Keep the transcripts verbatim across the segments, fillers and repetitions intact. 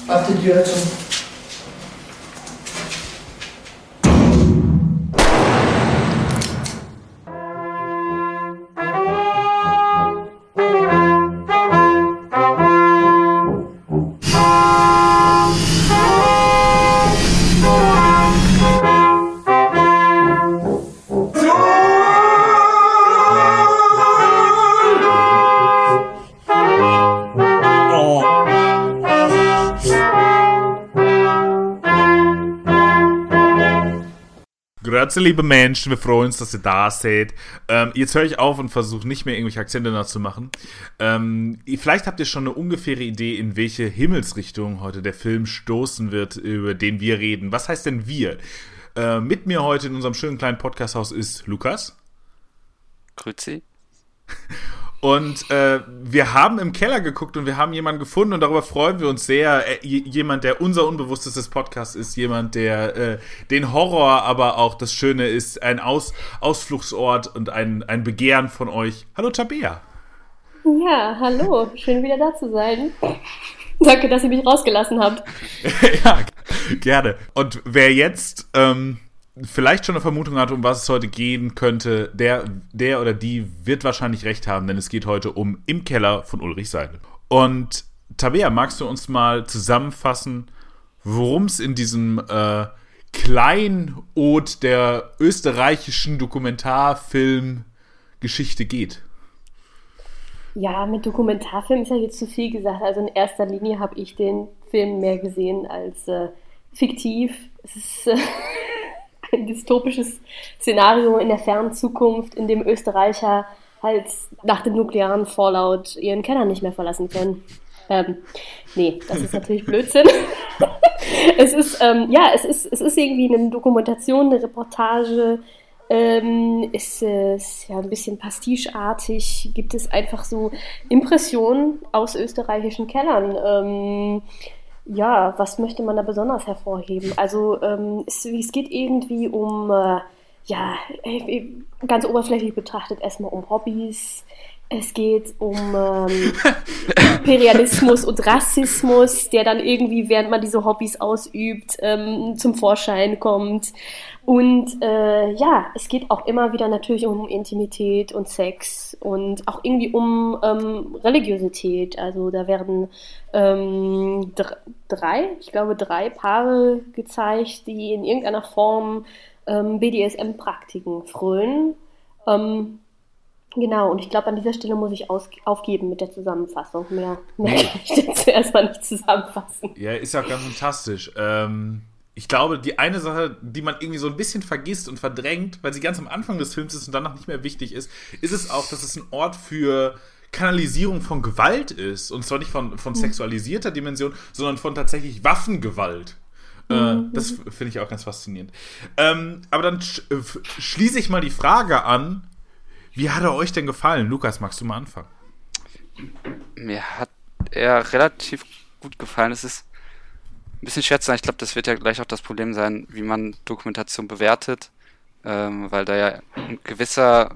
Mach die Tür zu. Grüezi, liebe Menschen, wir freuen uns, dass ihr da seid. Ähm, jetzt höre ich auf und versuche nicht mehr irgendwelche Akzente nachzumachen. Ähm, vielleicht habt ihr schon eine ungefähre Idee, in welche Himmelsrichtung heute der Film stoßen wird, über den wir reden. Was heißt denn wir? Äh, mit mir heute in unserem schönen kleinen Podcasthaus ist Lukas. Grüezi. Und äh, wir haben im Keller geguckt und wir haben jemanden gefunden und darüber freuen wir uns sehr. Äh, jemand, der unser unbewusstes Podcast ist, jemand, der äh, den Horror, aber auch das Schöne ist, ein Aus- Ausflugsort und ein, ein Begehren von euch. Hallo Tabea. Ja, hallo. Schön wieder da zu sein. Danke, dass ihr mich rausgelassen habt. Ja, gerne. Und wer jetzt ähm, vielleicht schon eine Vermutung hat, um was es heute gehen könnte, der, der oder die wird wahrscheinlich recht haben, denn es geht heute um Im Keller von Ulrich Seidel. Und Tabea, magst du uns mal zusammenfassen, worum es in diesem äh, Kleinod der österreichischen Dokumentarfilmgeschichte geht? Ja, mit Dokumentarfilm ist ja jetzt zu viel gesagt. Also in erster Linie habe ich den Film mehr gesehen als äh, fiktiv. Es ist äh, ein dystopisches Szenario in der fernen Zukunft, in dem Österreicher halt nach dem nuklearen Fallout ihren Keller nicht mehr verlassen können. Ähm, nee, das ist natürlich Blödsinn. es ist, ähm, ja, es ist, es ist irgendwie eine Dokumentation, eine Reportage, ähm, ist, ist ja ein bisschen pasticheartig, gibt es einfach so Impressionen aus österreichischen Kellern. Ähm, Ja, was möchte man da besonders hervorheben? Also ähm, es, es geht irgendwie um, äh, ja, ganz oberflächlich betrachtet erstmal um Hobbys. Es geht um ähm, Imperialismus und Rassismus, der dann irgendwie, während man diese Hobbys ausübt, ähm, zum Vorschein kommt. Und äh, ja, es geht auch immer wieder natürlich um Intimität und Sex und auch irgendwie um ähm, Religiosität. Also da werden ähm, dr- drei, ich glaube drei Paare gezeigt, die in irgendeiner Form ähm, B D S M-Praktiken frönen. Ähm, Genau, und ich glaube, an dieser Stelle muss ich aus- aufgeben mit der Zusammenfassung. Mehr, mehr kann ich jetzt erstmal nicht zusammenfassen. Ja, ist ja auch ganz fantastisch. Ähm, ich glaube, die eine Sache, die man irgendwie so ein bisschen vergisst und verdrängt, weil sie ganz am Anfang des Films ist und danach nicht mehr wichtig ist, ist es auch, dass es ein Ort für Kanalisierung von Gewalt ist. Und zwar nicht von, von sexualisierter Dimension, sondern von tatsächlich Waffengewalt. Äh, mhm. Das finde ich auch ganz faszinierend. Ähm, aber dann sch- äh, schließe ich mal die Frage an, wie hat er euch denn gefallen? Lukas, magst du mal anfangen? Mir hat er relativ gut gefallen. Es ist ein bisschen schwer zu sagen. Ich glaube, das wird ja gleich auch das Problem sein, wie man Dokumentation bewertet. Ähm, weil da ja ein gewisser,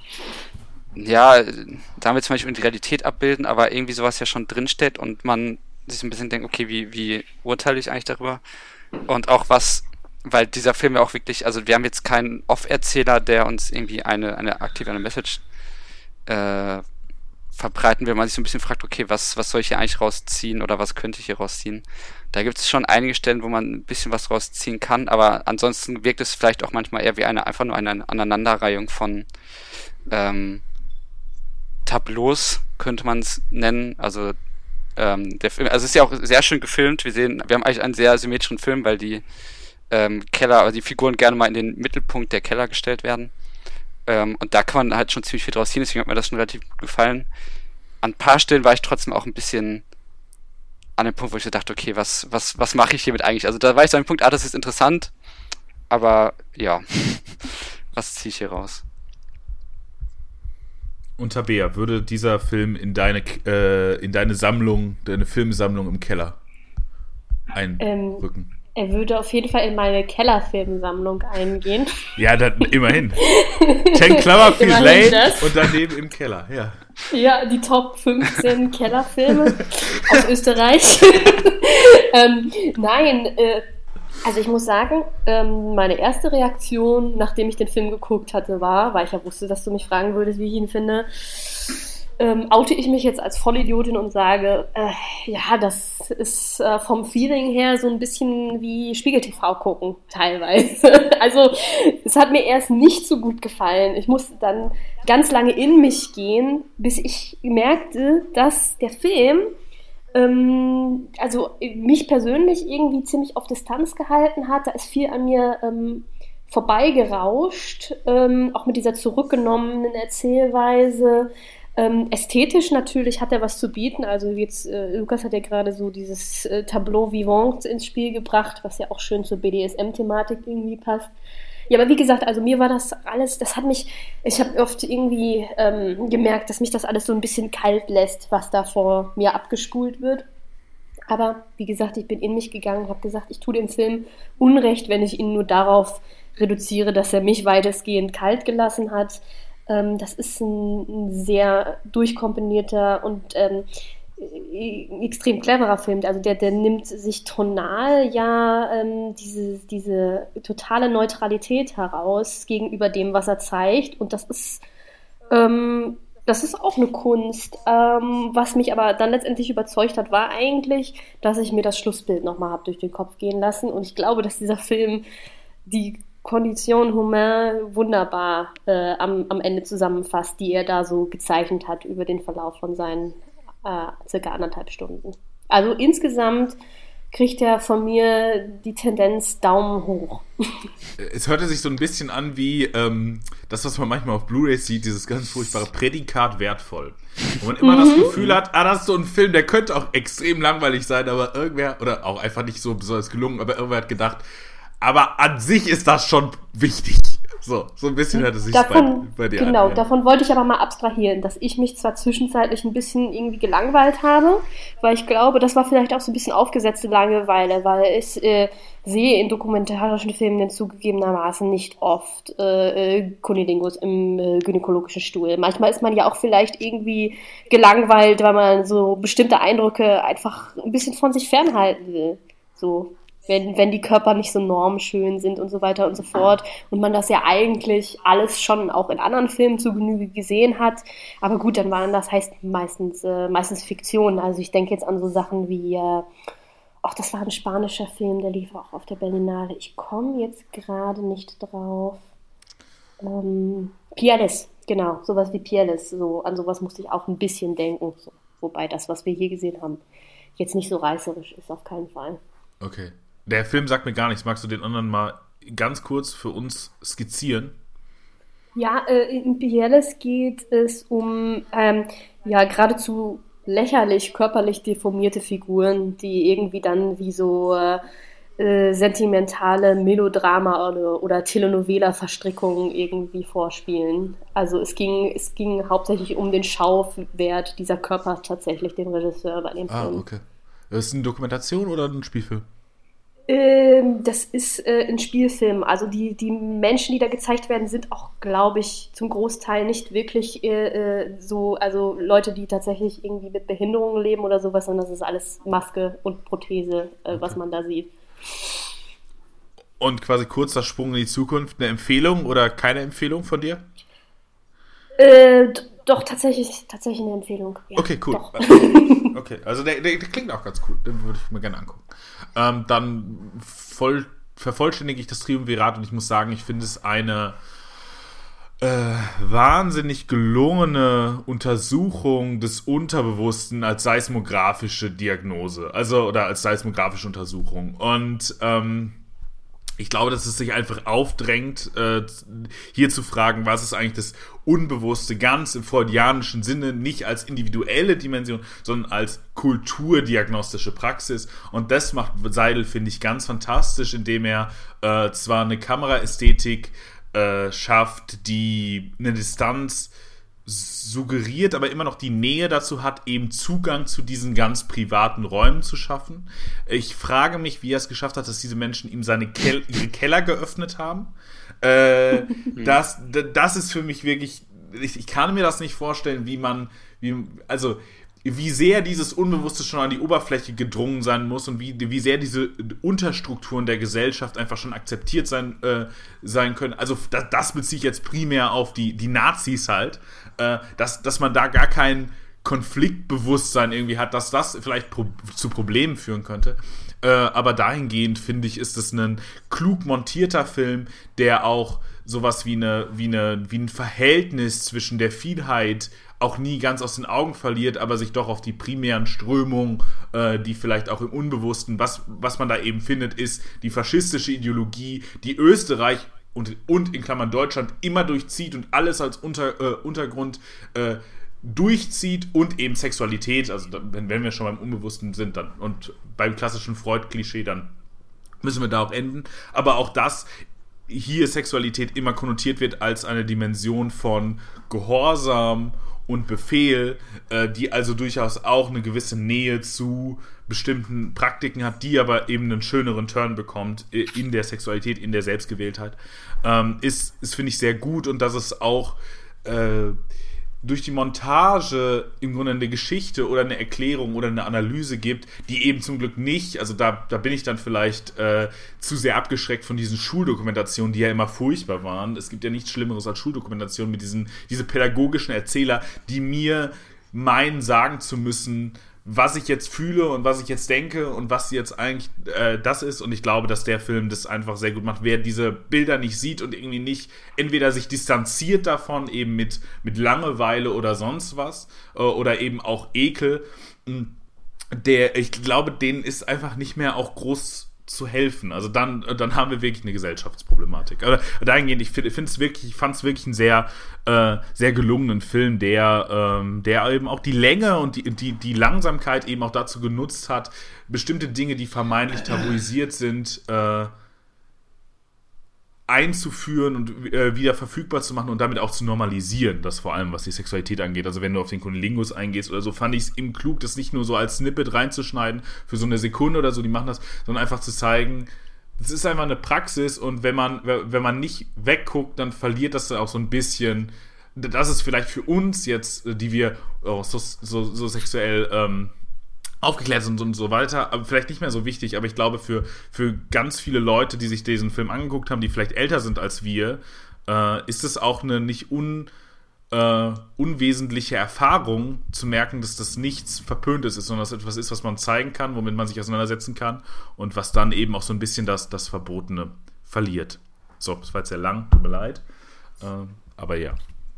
ja, da wir zum Beispiel die Realität abbilden, aber irgendwie sowas ja schon drinsteht und man sich ein bisschen denkt, okay, wie, wie urteile ich eigentlich darüber? Und auch was, weil dieser Film ja auch wirklich, also wir haben jetzt keinen Off-Erzähler, der uns irgendwie eine, eine aktive eine Message äh, verbreiten will, man sich so ein bisschen fragt, okay, was, was soll ich hier eigentlich rausziehen oder was könnte ich hier rausziehen? Da gibt es schon einige Stellen, wo man ein bisschen was rausziehen kann, aber ansonsten wirkt es vielleicht auch manchmal eher wie eine, einfach nur eine Aneinanderreihung von ähm, Tableaus, könnte man es nennen, also ähm, der Film, also es ist ja auch sehr schön gefilmt, wir sehen, wir haben eigentlich einen sehr symmetrischen Film, weil die Ähm, Keller, also die Figuren gerne mal in den Mittelpunkt der Keller gestellt werden. Ähm, und da kann man halt schon ziemlich viel draus ziehen, deswegen hat mir das schon relativ gut gefallen. An ein paar Stellen war ich trotzdem auch ein bisschen an dem Punkt, wo ich so dachte, okay, was, was, was mache ich hiermit eigentlich? Also da war ich so an dem Punkt, ah, das ist interessant, aber ja, was ziehe ich hier raus? Und Tabea, würde dieser Film in deine, äh, in deine Sammlung, deine Filmsammlung im Keller einrücken? Ähm. Er würde auf jeden Fall in meine Kellerfilmsammlung eingehen. Ja, dann immerhin. Ten Cloverfield Lane das. und daneben im Keller, ja. Ja, die Top fünfzehn Kellerfilme aus Österreich. ähm, nein, äh, also ich muss sagen, ähm, meine erste Reaktion, nachdem ich den Film geguckt hatte, war, weil ich ja wusste, dass du mich fragen würdest, wie ich ihn finde, ähm, oute ich mich jetzt als Vollidiotin und sage, äh, ja, das ist äh, vom Feeling her so ein bisschen wie Spiegel-T V gucken, teilweise. Also es hat mir erst nicht so gut gefallen. Ich musste dann ganz lange in mich gehen, bis ich merkte, dass der Film ähm, also mich persönlich irgendwie ziemlich auf Distanz gehalten hat. Da ist viel an mir ähm, vorbeigerauscht, ähm, auch mit dieser zurückgenommenen Erzählweise. Ähm, ästhetisch natürlich hat er was zu bieten, also jetzt, äh, Lukas hat ja gerade so dieses äh, Tableau Vivant ins Spiel gebracht, was ja auch schön zur B D S M-Thematik irgendwie passt. Ja, aber wie gesagt, also mir war das alles, das hat mich, ich habe oft irgendwie ähm, gemerkt, dass mich das alles so ein bisschen kalt lässt, was da vor mir abgespult wird. Aber wie gesagt, ich bin in mich gegangen, habe gesagt, ich tue dem Film Unrecht, wenn ich ihn nur darauf reduziere, dass er mich weitestgehend kalt gelassen hat. Das ist ein, ein sehr durchkomponierter und ähm, extrem cleverer Film. Also der, der nimmt sich tonal ja ähm, diese, diese totale Neutralität heraus gegenüber dem, was er zeigt. Und das ist, ähm, das ist auch eine Kunst. Ähm, was mich aber dann letztendlich überzeugt hat, war eigentlich, dass ich mir das Schlussbild nochmal habe durch den Kopf gehen lassen. Und ich glaube, dass dieser Film die Condition Humaine wunderbar äh, am, am Ende zusammenfasst, die er da so gezeichnet hat über den Verlauf von seinen äh, circa anderthalb Stunden. Also insgesamt kriegt er von mir die Tendenz Daumen hoch. Es hörte sich so ein bisschen an wie ähm, das, was man manchmal auf Blu-ray sieht, dieses ganz furchtbare Prädikat wertvoll. Wo man immer mhm. das Gefühl hat, ah, das ist so ein Film, der könnte auch extrem langweilig sein, aber irgendwer, oder auch einfach nicht so besonders gelungen, aber irgendwer hat gedacht, aber an sich ist das schon wichtig. So, so ein bisschen hört es sich davon, bei, bei dir genau, an. Genau, ja. Davon wollte ich aber mal abstrahieren, dass ich mich zwar zwischenzeitlich ein bisschen irgendwie gelangweilt habe, weil ich glaube, das war vielleicht auch so ein bisschen aufgesetzte Langeweile, weil ich äh, sehe in dokumentarischen Filmen denn zugegebenermaßen nicht oft äh, Kunilingus im äh, gynäkologischen Stuhl. Manchmal ist man ja auch vielleicht irgendwie gelangweilt, weil man so bestimmte Eindrücke einfach ein bisschen von sich fernhalten will. So. Wenn, wenn die Körper nicht so normschön sind und so weiter und so fort und man das ja eigentlich alles schon auch in anderen Filmen zu Genüge gesehen hat, aber gut, dann waren das heißt meistens äh, meistens Fiktionen, also ich denke jetzt an so Sachen wie äh, ach, das war ein spanischer Film, der lief auch auf der Berlinale, ich komme jetzt gerade nicht drauf, ähm, Pieles, genau, sowas wie Pieles, so, an sowas musste ich auch ein bisschen denken, so, wobei das, was wir hier gesehen haben, jetzt nicht so reißerisch ist, auf keinen Fall. Okay. Der Film sagt mir gar nichts. Magst du den anderen mal ganz kurz für uns skizzieren? Ja, äh, in Pieles geht es um ähm, ja geradezu lächerlich körperlich deformierte Figuren, die irgendwie dann wie so äh, sentimentale Melodrama oder, oder Telenovela-Verstrickungen irgendwie vorspielen. Also es ging, es ging hauptsächlich um den Schauwert dieser Körper tatsächlich, den Regisseur bei dem ah, Film. Ah, okay. Ist es eine Dokumentation oder ein Spielfilm? Das ist äh, ein Spielfilm. Also die, die Menschen, die da gezeigt werden, sind auch, glaube ich, zum Großteil nicht wirklich äh, so, also Leute, die tatsächlich irgendwie mit Behinderungen leben oder sowas, sondern das ist alles Maske und Prothese, äh, okay. was man da sieht. Und quasi kurzer Sprung in die Zukunft, eine Empfehlung oder keine Empfehlung von dir? Äh, doch, tatsächlich, tatsächlich eine Empfehlung. Ja, okay, cool. Doch. Okay, also der, der, der klingt auch ganz cool. Den würde ich mir gerne angucken. Ähm, dann voll, vervollständige ich das Triumvirat und ich muss sagen, ich finde es eine äh, wahnsinnig gelungene Untersuchung des Unterbewussten als seismografische Diagnose. Also, oder als seismografische Untersuchung. Und ähm, ich glaube, dass es sich einfach aufdrängt, äh, hier zu fragen, was ist eigentlich das Unbewusste, ganz im freudianischen Sinne, nicht als individuelle Dimension, sondern als kulturdiagnostische Praxis. Und das macht Seidel, finde ich, ganz fantastisch, indem er äh, zwar eine Kameraästhetik äh, schafft, die eine Distanz suggeriert, aber immer noch die Nähe dazu hat, eben Zugang zu diesen ganz privaten Räumen zu schaffen. Ich frage mich, wie er es geschafft hat, dass diese Menschen ihm seine Kel- ihre Keller geöffnet haben. Äh, das, das ist für mich wirklich, ich, ich kann mir das nicht vorstellen, wie man wie, also wie sehr dieses Unbewusste schon an die Oberfläche gedrungen sein muss und wie, wie sehr diese Unterstrukturen der Gesellschaft einfach schon akzeptiert sein, äh, sein können. Also das, das beziehe ich jetzt primär auf die, die Nazis halt, äh, dass, dass man da gar kein Konfliktbewusstsein irgendwie hat, dass das vielleicht pro, zu Problemen führen könnte. Äh, aber dahingehend, finde ich, ist es ein klug montierter Film, der auch sowas wie, eine, wie, eine, wie ein Verhältnis zwischen der Vielheit auch nie ganz aus den Augen verliert, aber sich doch auf die primären Strömungen, äh, die vielleicht auch im Unbewussten, was, was man da eben findet, ist die faschistische Ideologie, die Österreich und, und in Klammern Deutschland immer durchzieht und alles als Unter, äh, Untergrund äh, durchzieht und eben Sexualität, also da, wenn, wenn wir schon beim Unbewussten sind dann und beim klassischen Freud-Klischee, dann müssen wir da auch enden. Aber auch das, hier Sexualität immer konnotiert wird als eine Dimension von Gehorsam und Befehl, äh, die also durchaus auch eine gewisse Nähe zu bestimmten Praktiken hat, die aber eben einen schöneren Turn bekommt in der Sexualität, in der Selbstgewähltheit, ähm, ist, ist finde ich, sehr gut und dass es auch äh, durch die Montage im Grunde eine Geschichte oder eine Erklärung oder eine Analyse gibt, die eben zum Glück nicht, also da, da bin ich dann vielleicht äh, zu sehr abgeschreckt von diesen Schuldokumentationen, die ja immer furchtbar waren. Es gibt ja nichts Schlimmeres als Schuldokumentationen mit diesen diese pädagogischen Erzähler, die mir meinen, sagen zu müssen, was ich jetzt fühle und was ich jetzt denke und was jetzt eigentlich äh, das ist. Und ich glaube, dass der Film das einfach sehr gut macht. Wer diese Bilder nicht sieht und irgendwie nicht entweder sich distanziert davon, eben mit, mit Langeweile oder sonst was, äh, oder eben auch Ekel, der, ich glaube, denen ist einfach nicht mehr auch groß zu helfen. Also dann, dann haben wir wirklich eine Gesellschaftsproblematik. Aber dahingehend, ich finde es wirklich, ich fand es wirklich einen sehr, äh, sehr gelungenen Film, der, ähm, der eben auch die Länge und die, die, die Langsamkeit eben auch dazu genutzt hat, bestimmte Dinge, die vermeintlich tabuisiert sind, äh, einzuführen und äh, wieder verfügbar zu machen und damit auch zu normalisieren, das vor allem, was die Sexualität angeht. Also wenn du auf den Kunilingus eingehst oder so, fand ich es eben klug, das nicht nur so als Snippet reinzuschneiden für so eine Sekunde oder so, die machen das, sondern einfach zu zeigen, es ist einfach eine Praxis und wenn man, wenn man nicht wegguckt, dann verliert das auch so ein bisschen, das ist vielleicht für uns jetzt, die wir oh, so, so, so sexuell ähm, aufgeklärt sind und so weiter, aber vielleicht nicht mehr so wichtig, aber ich glaube für, für ganz viele Leute, die sich diesen Film angeguckt haben, die vielleicht älter sind als wir, äh, ist es auch eine nicht un, äh, unwesentliche Erfahrung zu merken, dass das nichts Verpöntes ist, sondern dass es etwas ist, was man zeigen kann, womit man sich auseinandersetzen kann und was dann eben auch so ein bisschen das, das Verbotene verliert. So, das war jetzt sehr lang, tut mir leid, äh, aber ja.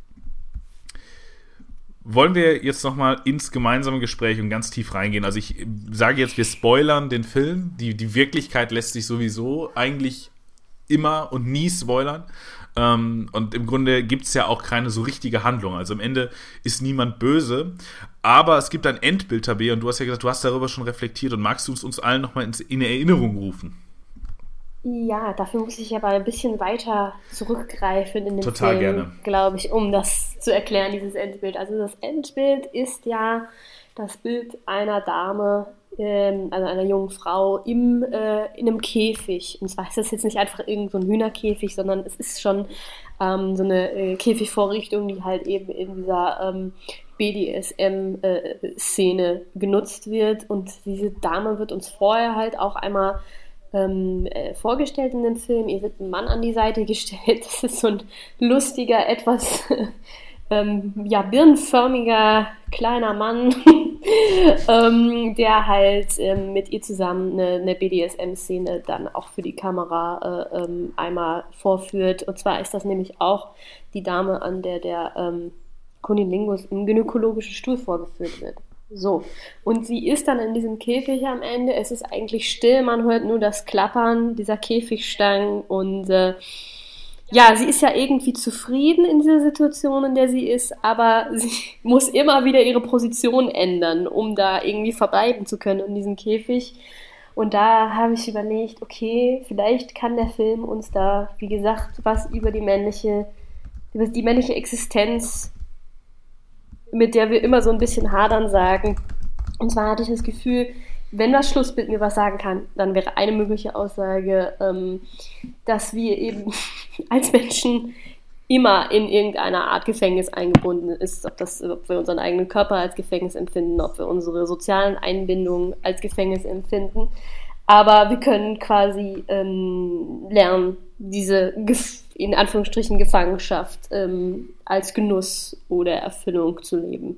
Wollen wir jetzt nochmal ins gemeinsame Gespräch und ganz tief reingehen? Also ich sage jetzt, wir spoilern den Film. Die, die Wirklichkeit lässt sich sowieso eigentlich immer und nie spoilern. Ähm, und im Grunde gibt es ja auch keine so richtige Handlung. Also am Ende ist niemand böse. Aber es gibt ein Endbild, Tabea, und du hast ja gesagt, du hast darüber schon reflektiert. Und magst du es uns allen nochmal in Erinnerung rufen? Ja, dafür muss ich aber ein bisschen weiter zurückgreifen in den Total Film, gerne. glaube ich, um das zu erklären, dieses Endbild. Also das Endbild ist ja das Bild einer Dame, ähm, also einer jungen Frau im, äh, in einem Käfig. Und zwar ist das jetzt nicht einfach irgend so ein Hühnerkäfig, sondern es ist schon ähm, so eine äh, Käfigvorrichtung, die halt eben in dieser ähm, B D S M-Szene äh, genutzt wird. Und diese Dame wird uns vorher halt auch einmal Ähm, äh, vorgestellt in dem Film. Ihr wird ein Mann an die Seite gestellt. Das ist so ein lustiger, etwas ähm, ja, birnenförmiger kleiner Mann, ähm, der halt ähm, mit ihr zusammen eine, eine B D S M-Szene dann auch für die Kamera äh, ähm, einmal vorführt. Und zwar ist das nämlich auch die Dame, an der der ähm, Kunilingus im gynäkologischen Stuhl vorgeführt wird. So, und sie ist dann in diesem Käfig am Ende, es ist eigentlich still, man hört nur das Klappern dieser Käfigstangen und äh, ja, sie ist ja irgendwie zufrieden in dieser Situation, in der sie ist, aber sie muss immer wieder ihre Position ändern, um da irgendwie verbleiben zu können in diesem Käfig. Und da habe ich überlegt, okay, vielleicht kann der Film uns da, wie gesagt, was über die männliche, über die männliche Existenz, mit der wir immer so ein bisschen hadern, sagen. Und zwar hatte ich das Gefühl, wenn das Schlussbild mir was sagen kann, dann wäre eine mögliche Aussage, ähm, dass wir eben als Menschen immer in irgendeiner Art Gefängnis eingebunden ist, ob, das, ob wir unseren eigenen Körper als Gefängnis empfinden, ob wir unsere sozialen Einbindungen als Gefängnis empfinden. Aber wir können quasi ähm, lernen, diese in Anführungsstrichen Gefangenschaft ähm, als Genuss oder Erfüllung zu leben.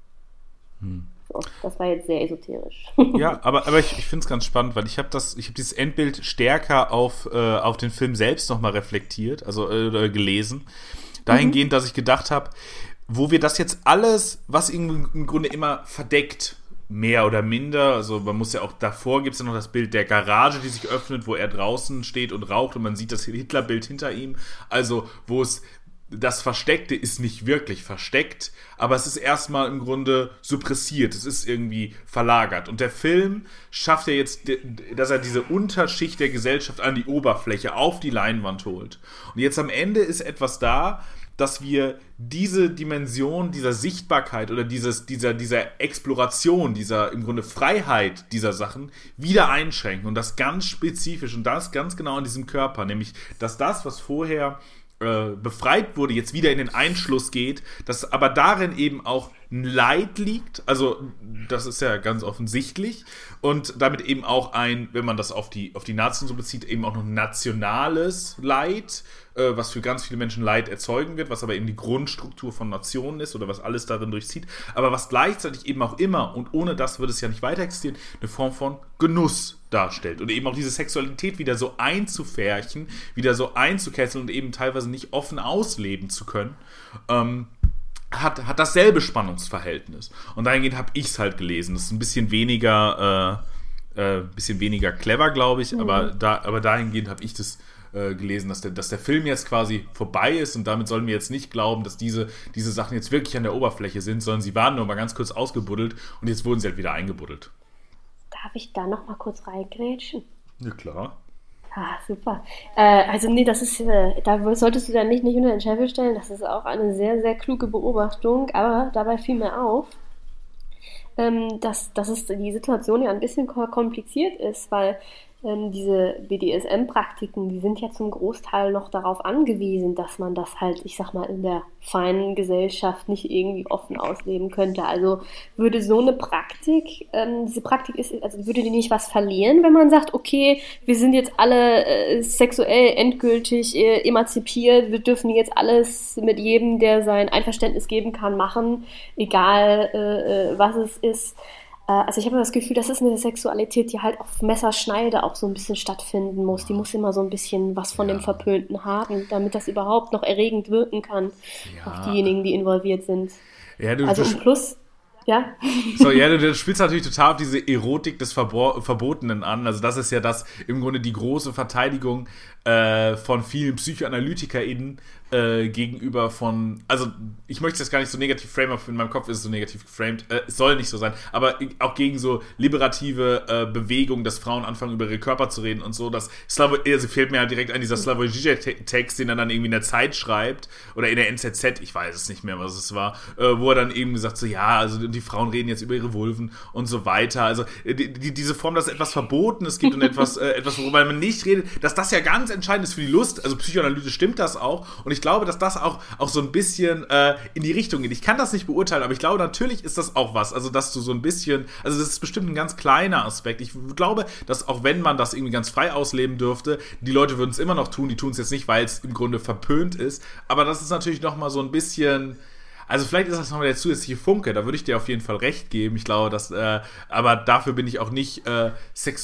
Hm. So, das war jetzt sehr esoterisch. Ja, aber, aber ich, ich finde es ganz spannend, weil ich habe das, ich habe dieses Endbild stärker auf, äh, auf den Film selbst nochmal reflektiert, also äh, gelesen. Dahingehend, mhm. dass ich gedacht habe, wo wir das jetzt alles, was im, im Grunde immer verdeckt, mehr oder minder, also man muss ja auch, davor gibt es ja noch das Bild der Garage, die sich öffnet, wo er draußen steht und raucht und man sieht das Hitlerbild hinter ihm, also wo es, das Versteckte ist nicht wirklich versteckt, aber es ist erstmal im Grunde suppressiert, es ist irgendwie verlagert und der Film schafft ja jetzt, dass er diese Unterschicht der Gesellschaft an die Oberfläche, auf die Leinwand holt und jetzt am Ende ist etwas da, dass wir diese Dimension dieser Sichtbarkeit oder dieses, dieser, dieser Exploration, dieser im Grunde Freiheit dieser Sachen wieder einschränken und das ganz spezifisch und das ganz genau an diesem Körper, nämlich, dass das, was vorher äh, befreit wurde, jetzt wieder in den Einschluss geht, dass aber darin eben auch ein Leid liegt, also das ist ja ganz offensichtlich und damit eben auch ein, wenn man das auf die, auf die Nazien so bezieht, eben auch noch ein nationales Leid, äh, was für ganz viele Menschen Leid erzeugen wird, was aber eben die Grundstruktur von Nationen ist oder was alles darin durchzieht, aber was gleichzeitig eben auch immer, und ohne das würde es ja nicht weiter existieren, eine Form von Genuss darstellt und eben auch diese Sexualität wieder so einzufärchen, wieder so einzukesseln und eben teilweise nicht offen ausleben zu können, ähm, Hat, hat dasselbe Spannungsverhältnis. Und dahingehend habe ich es halt gelesen. Das ist ein bisschen weniger, äh, äh, bisschen weniger clever, glaube ich, mhm. aber, da, aber dahingehend habe ich das äh, gelesen, dass der, dass der Film jetzt quasi vorbei ist und damit sollen wir jetzt nicht glauben, dass diese, diese Sachen jetzt wirklich an der Oberfläche sind, sondern sie waren nur mal ganz kurz ausgebuddelt und jetzt wurden sie halt wieder eingebuddelt. Darf ich da noch mal kurz reingrätschen? Ja, klar. Ah, super. Äh, also nee, das ist, äh, da solltest du dann nicht, nicht unter den Scheffel stellen, das ist auch eine sehr, sehr kluge Beobachtung, aber dabei fiel mir auf, ähm, dass, dass es die Situation ja ein bisschen kompliziert ist, weil ähm, diese B D S M-Praktiken, die sind ja zum Großteil noch darauf angewiesen, dass man das halt, ich sag mal, in der feinen Gesellschaft nicht irgendwie offen ausleben könnte. Also würde so eine Praktik, ähm, diese Praktik ist, also würde die nicht was verlieren, wenn man sagt, okay, wir sind jetzt alle äh, sexuell endgültig äh, emanzipiert, wir dürfen jetzt alles mit jedem, der sein Einverständnis geben kann, machen, egal äh, was es ist. Also ich habe das Gefühl, das ist eine Sexualität, die halt auf Messerschneide auch so ein bisschen stattfinden muss. Die muss immer so ein bisschen was von ja. dem Verpönten haben, damit das überhaupt noch erregend wirken kann ja. auf diejenigen, die involviert sind. Ja, du, also du, im Plus, ja. So, ja, du, du spielst natürlich total auf diese Erotik des Verbor- Verbotenen an. Also das ist ja das im Grunde die große Verteidigung äh, von vielen PsychoanalytikerInnen äh, gegenüber von, also ich möchte das gar nicht so negativ framen, aber in meinem Kopf ist es so negativ geframed, äh, es soll nicht so sein, aber auch gegen so liberative äh, Bewegungen, dass Frauen anfangen, über ihre Körper zu reden und so, dass Slavoj, also fällt mir ja direkt ein, dieser Slavoj Žižek-Text, den er dann irgendwie in der Zeit schreibt, oder in der N Z Z, ich weiß es nicht mehr, was es war, äh, wo er dann eben gesagt so, ja, also die Frauen reden jetzt über ihre Vulven und so weiter, also die, die, diese Form, dass es etwas Verbotenes gibt und etwas, äh, etwas, worüber man nicht redet, dass das ja ganz entscheidend ist für die Lust, also psychoanalytisch stimmt das auch und ich glaube, dass das auch, auch so ein bisschen äh, in die Richtung geht. Ich kann das nicht beurteilen, aber ich glaube, natürlich ist das auch was. Also, dass du so ein bisschen, also das ist bestimmt ein ganz kleiner Aspekt. Ich glaube, dass auch wenn man das irgendwie ganz frei ausleben dürfte, die Leute würden es immer noch tun. Die tun es jetzt nicht, weil es im Grunde verpönt ist. Aber das ist natürlich nochmal so ein bisschen, also vielleicht ist das nochmal der zusätzliche Funke, da würde ich dir auf jeden Fall recht geben. Ich glaube, dass, äh, aber dafür bin ich auch nicht äh,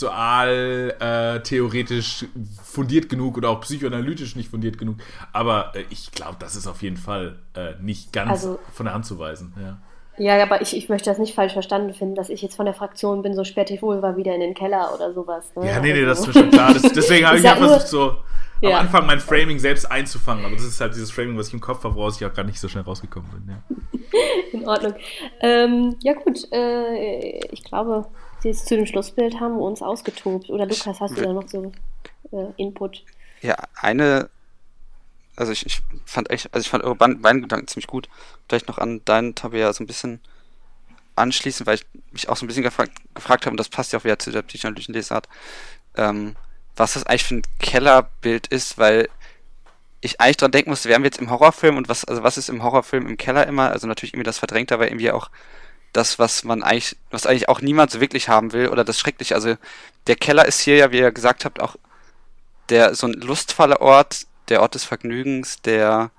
sexual äh, theoretisch fundiert genug oder auch psychoanalytisch nicht fundiert genug. Aber äh, ich glaube, das ist auf jeden Fall äh, nicht ganz also, von der Hand zu weisen. Ja. Ja, aber ich, ich möchte das nicht falsch verstanden finden, dass ich jetzt von der Fraktion bin, so Spätivul war wieder in den Keller oder sowas. Ne? Ja, nee, nee, also, das ist mir schon klar. Das, deswegen habe ich ja versucht, so am ja. Anfang mein Framing selbst einzufangen. Aber das ist halt dieses Framing, was ich im Kopf habe, woraus ich auch gar nicht so schnell rausgekommen bin. Ja. In Ordnung. Ähm, ja gut, äh, ich glaube, jetzt zu dem Schlussbild haben wir uns ausgetobt. Oder Lukas, hast du da noch so äh, Input? Ja, eine, also ich, ich fand echt, also ich fand eure beiden Gedanken ziemlich gut. Vielleicht noch an deinen, Tabea, so ein bisschen anschließen, weil ich mich auch so ein bisschen gefragt, gefragt habe, und das passt ja auch wieder zu der psychoanalytischen Lesart, ähm, was das eigentlich für ein Kellerbild ist, weil ich eigentlich dran denken musste, wären wir jetzt im Horrorfilm und was, also was ist im Horrorfilm im Keller immer? Also natürlich irgendwie das Verdrängte, aber irgendwie auch das, was man eigentlich, was eigentlich auch niemand so wirklich haben will oder das Schreckliche. Also der Keller ist hier ja, wie ihr gesagt habt, auch der so ein lustvoller Ort, der Ort des Vergnügens, der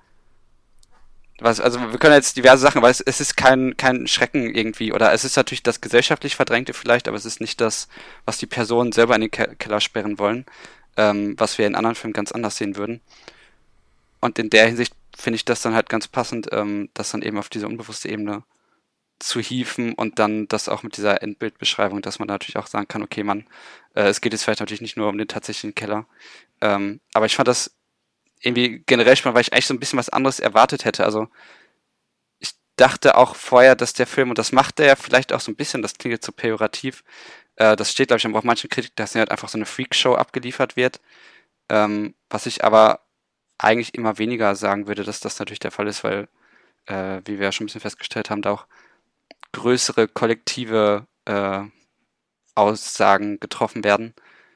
was, also wir können jetzt diverse Sachen, aber es, es ist kein, kein Schrecken irgendwie, oder es ist natürlich das gesellschaftlich Verdrängte vielleicht, aber es ist nicht das, was die Personen selber in den Ke- Keller sperren wollen, ähm, was wir in anderen Filmen ganz anders sehen würden. Und in der Hinsicht finde ich das dann halt ganz passend, ähm, das dann eben auf diese unbewusste Ebene zu hieven und dann das auch mit dieser Endbildbeschreibung, dass man da natürlich auch sagen kann, okay, man, äh, es geht jetzt vielleicht natürlich nicht nur um den tatsächlichen Keller, ähm, aber ich fand das irgendwie generell spannend, weil ich eigentlich so ein bisschen was anderes erwartet hätte. Also ich dachte auch vorher, dass der Film, und das macht er ja vielleicht auch so ein bisschen, das klingt jetzt so pejorativ, äh, das steht, glaube ich, auch manchen Kritik, dass er halt einfach so eine Freakshow abgeliefert wird, ähm, was ich aber eigentlich immer weniger sagen würde, dass das natürlich der Fall ist, weil, äh, wie wir ja schon ein bisschen festgestellt haben, da auch größere kollektive äh, Aussagen getroffen werden.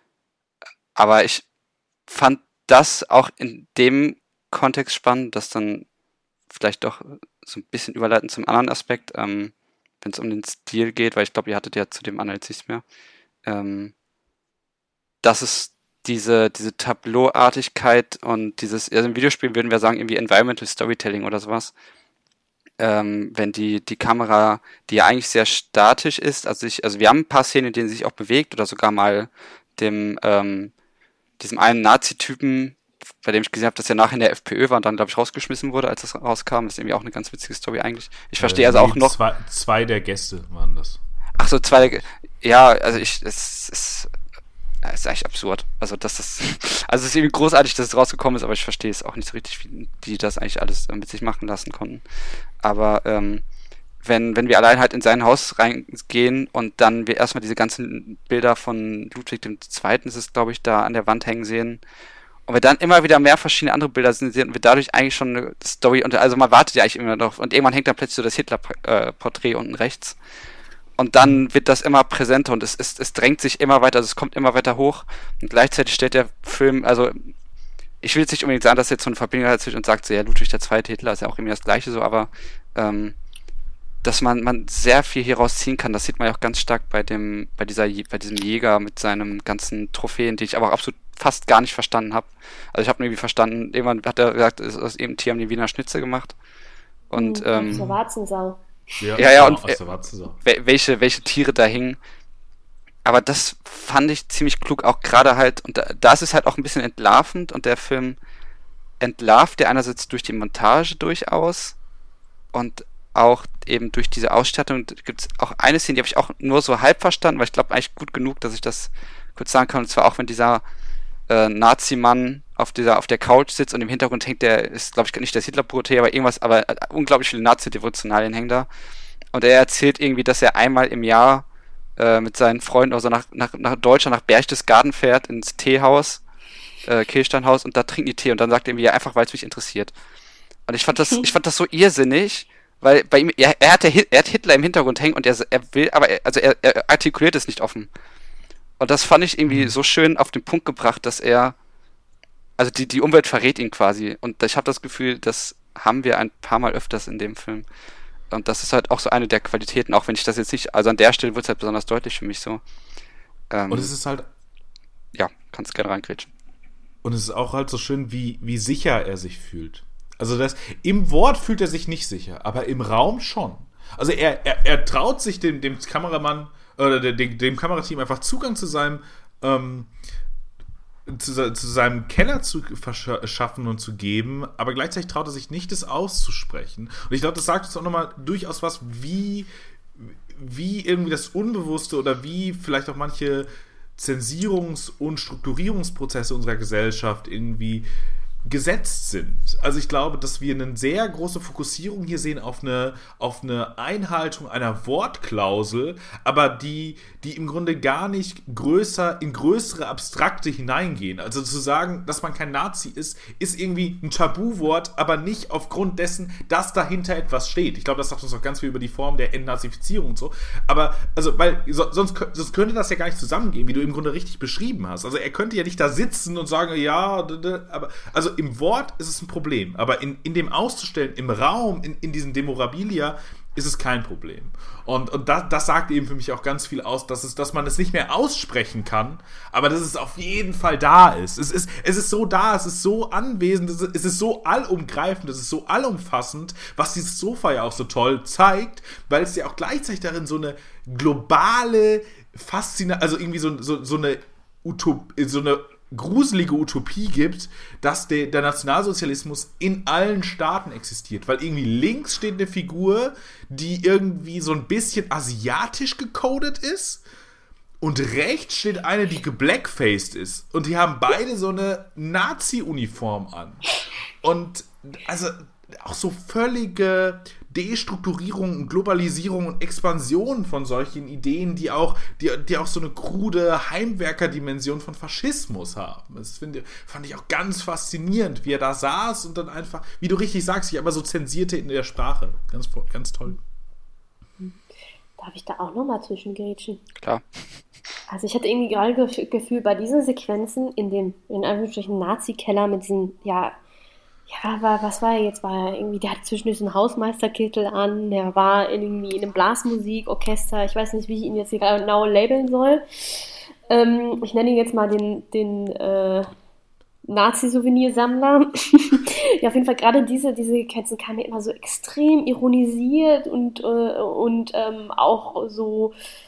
Aber ich fand das auch in dem Kontext spannend, dass dann vielleicht doch so ein bisschen überleiten zum anderen Aspekt, ähm, wenn es um den Stil geht, weil ich glaube, ihr hattet ja zu dem anderen nichts mehr, ähm, dass es diese, diese Tableauartigkeit und dieses, also im Videospiel würden wir sagen, irgendwie Environmental Storytelling oder sowas, ähm, wenn die, die Kamera, die ja eigentlich sehr statisch ist, also ich, also wir haben ein paar Szenen, in denen sie sich auch bewegt oder sogar mal dem, ähm, diesem einen Nazi-Typen, bei dem ich gesehen habe, dass er nachher in der FPÖ war und dann, glaube ich, rausgeschmissen wurde, als das rauskam. Das ist irgendwie auch eine ganz witzige Story eigentlich. Ich verstehe äh, also auch noch... Zwei, zwei der Gäste waren das. Ach so, zwei der... Ja, also ich... Es ist... Ja, ist eigentlich absurd. Also, dass das... Also, es ist irgendwie großartig, dass es rausgekommen ist, aber ich verstehe es auch nicht so richtig, wie die das eigentlich alles mit sich machen lassen konnten. Aber, ähm... wenn, wenn wir allein halt in sein Haus reingehen und dann wir erstmal diese ganzen Bilder von Ludwig der Zweite. ist es, glaube ich, da an der Wand hängen sehen und wir dann immer wieder mehr verschiedene andere Bilder sehen und wir dadurch eigentlich schon eine Story, und also man wartet ja eigentlich immer noch und irgendwann hängt dann plötzlich so das Hitler-Porträt unten rechts und dann wird das immer präsenter und es, es, es drängt sich immer weiter, also es kommt immer weiter hoch und gleichzeitig stellt der Film, also ich will jetzt nicht unbedingt sagen, dass jetzt so eine Verbindung dazwischen und sagt so, ja, Ludwig der Zweite, Hitler ist ja auch irgendwie das Gleiche so, aber ähm, dass man, man sehr viel hier rausziehen kann. Das sieht man ja auch ganz stark bei dem, bei dieser, bei diesem Jäger mit seinem ganzen Trophäen, die ich aber auch absolut fast gar nicht verstanden habe. Also ich habe irgendwie verstanden, irgendwann hat er gesagt, aus eben Tier haben die Wiener Schnitzel gemacht. Und, mhm, ähm, aus der Warzensau. Ja, ja, ja und äh, welche, welche Tiere da hingen. Aber das fand ich ziemlich klug, auch gerade halt, und da, da ist es halt auch ein bisschen entlarvend und der Film entlarvt ja einerseits durch die Montage durchaus und auch eben durch diese Ausstattung gibt es auch eine Szene, die habe ich auch nur so halb verstanden, weil ich glaube eigentlich gut genug, dass ich das kurz sagen kann. Und zwar auch, wenn dieser äh, Nazi-Mann auf dieser auf der Couch sitzt und im Hintergrund hängt der, ist glaube ich nicht das Hitler-Porträt, aber irgendwas, aber äh, unglaublich viele Nazi-Devotionalien hängen da. Und er erzählt irgendwie, dass er einmal im Jahr äh, mit seinen Freunden also nach, nach, nach Deutschland, nach Berchtesgaden fährt, ins Teehaus, äh, Kehlsteinhaus, und da trinken die Tee und dann sagt er irgendwie, ja, einfach weil es mich interessiert. Und ich fand das, ich fand das so irrsinnig, weil bei ihm, er, er, hat der, er hat Hitler im Hintergrund hängen und er, er will, aber er, also er, er artikuliert es nicht offen. Und das fand ich irgendwie so schön auf den Punkt gebracht, dass er, also die, die Umwelt verrät ihn quasi. Und ich habe das Gefühl, das haben wir ein paar Mal öfters in dem Film. Und das ist halt auch so eine der Qualitäten, auch wenn ich das jetzt nicht, also an der Stelle wird es halt besonders deutlich für mich so. Ähm, und es ist halt... Ja, kannst gerne reingrätschen. Und es ist auch halt so schön, wie, wie sicher er sich fühlt. Also das, im Wort fühlt er sich nicht sicher, aber im Raum schon. Also er, er, er traut sich dem, dem Kameramann oder dem, dem Kamerateam einfach Zugang zu seinem ähm, zu, zu seinem Keller zu verschaffen und zu geben, aber gleichzeitig traut er sich nicht, es auszusprechen. Und ich glaube, das sagt uns auch nochmal durchaus was, wie, wie irgendwie das Unbewusste oder wie vielleicht auch manche Zensierungs- und Strukturierungsprozesse unserer Gesellschaft irgendwie gesetzt sind. Also ich glaube, dass wir eine sehr große Fokussierung hier sehen auf eine, auf eine Einhaltung einer Wortklausel, aber die, die im Grunde gar nicht größer in größere Abstrakte hineingehen. Also zu sagen, dass man kein Nazi ist, ist irgendwie ein Tabuwort, aber nicht aufgrund dessen, dass dahinter etwas steht. Ich glaube, das sagt uns auch ganz viel über die Form der Entnazifizierung und so. Aber, also, weil so, sonst, sonst könnte das ja gar nicht zusammengehen, wie du im Grunde richtig beschrieben hast. Also er könnte ja nicht da sitzen und sagen, ja, aber, also im Wort ist es ein Problem, aber in, in dem auszustellen, im Raum, in, in diesen Demorabilia, ist es kein Problem. Und, und das, das sagt eben für mich auch ganz viel aus, dass, es, dass man es nicht mehr aussprechen kann, aber dass es auf jeden Fall da ist. Es ist, es ist so da, es ist so anwesend, es ist, es ist so allumgreifend, es ist so allumfassend, was dieses Sofa ja auch so toll zeigt, weil es ja auch gleichzeitig darin so eine globale Faszination, also irgendwie so, so, so eine Utop, so eine gruselige Utopie gibt, dass der, der Nationalsozialismus in allen Staaten existiert. Weil irgendwie links steht eine Figur, die irgendwie so ein bisschen asiatisch gecodet ist und rechts steht eine, die geblackfaced ist. Und die haben beide so eine Nazi-Uniform an. Und also auch so völlige Destrukturierung und Globalisierung und Expansion von solchen Ideen, die auch, die, die auch so eine krude Heimwerker-Dimension von Faschismus haben. Das finde, fand ich auch ganz faszinierend, wie er da saß und dann einfach, wie du richtig sagst, sich aber so zensierte in der Sprache. Ganz, ganz toll. Darf ich da auch nochmal zwischengrätschen? Klar. Also ich hatte irgendwie gerade das Gefühl, bei diesen Sequenzen in dem, in Anführungsstrichen, Nazi-Keller mit diesen, ja, Ja, war, was war er jetzt? War er irgendwie, der hat zwischendurch so einen Hausmeisterkittel an, der war irgendwie in einem Blasmusikorchester, ich weiß nicht, wie ich ihn jetzt hier genau labeln soll. Ähm, ich nenne ihn jetzt mal den, den äh, Nazi-Souvenirsammler. Ja, auf jeden Fall gerade diese, diese Sequenzen kamen mir immer so extrem ironisiert und, äh, und ähm, auch so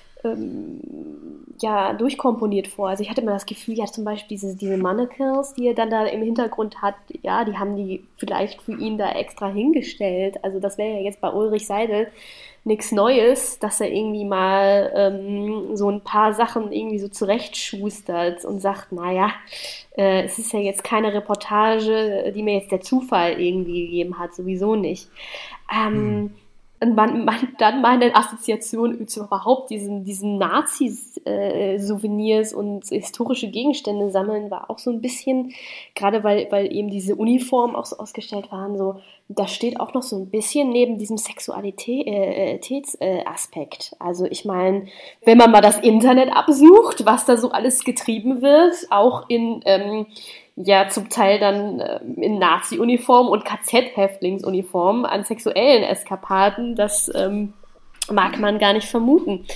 ja, durchkomponiert vor. Also ich hatte immer das Gefühl, ja, zum Beispiel diese, diese Mannequins, die er dann da im Hintergrund hat, ja, die haben die vielleicht für ihn da extra hingestellt. Also das wäre ja jetzt bei Ulrich Seidel nichts Neues, dass er irgendwie mal ähm, so ein paar Sachen irgendwie so zurechtschustert und sagt, naja, äh, es ist ja jetzt keine Reportage, die mir jetzt der Zufall irgendwie gegeben hat, sowieso nicht. Ähm, hm. Und man, man, dann meine Assoziation zu überhaupt diesen, diesen Nazi-Souvenirs und historische Gegenstände sammeln war auch so ein bisschen, gerade weil, weil eben diese Uniformen auch so ausgestellt waren, so, da steht auch noch so ein bisschen neben diesem Sexualitätsaspekt. Also ich meine, wenn man mal das Internet absucht, was da so alles getrieben wird, auch in ähm, ja zum Teil dann äh, in Nazi-Uniform und K Z-Häftlingsuniform an sexuellen Eskapaden, das ähm, mag man gar nicht vermuten.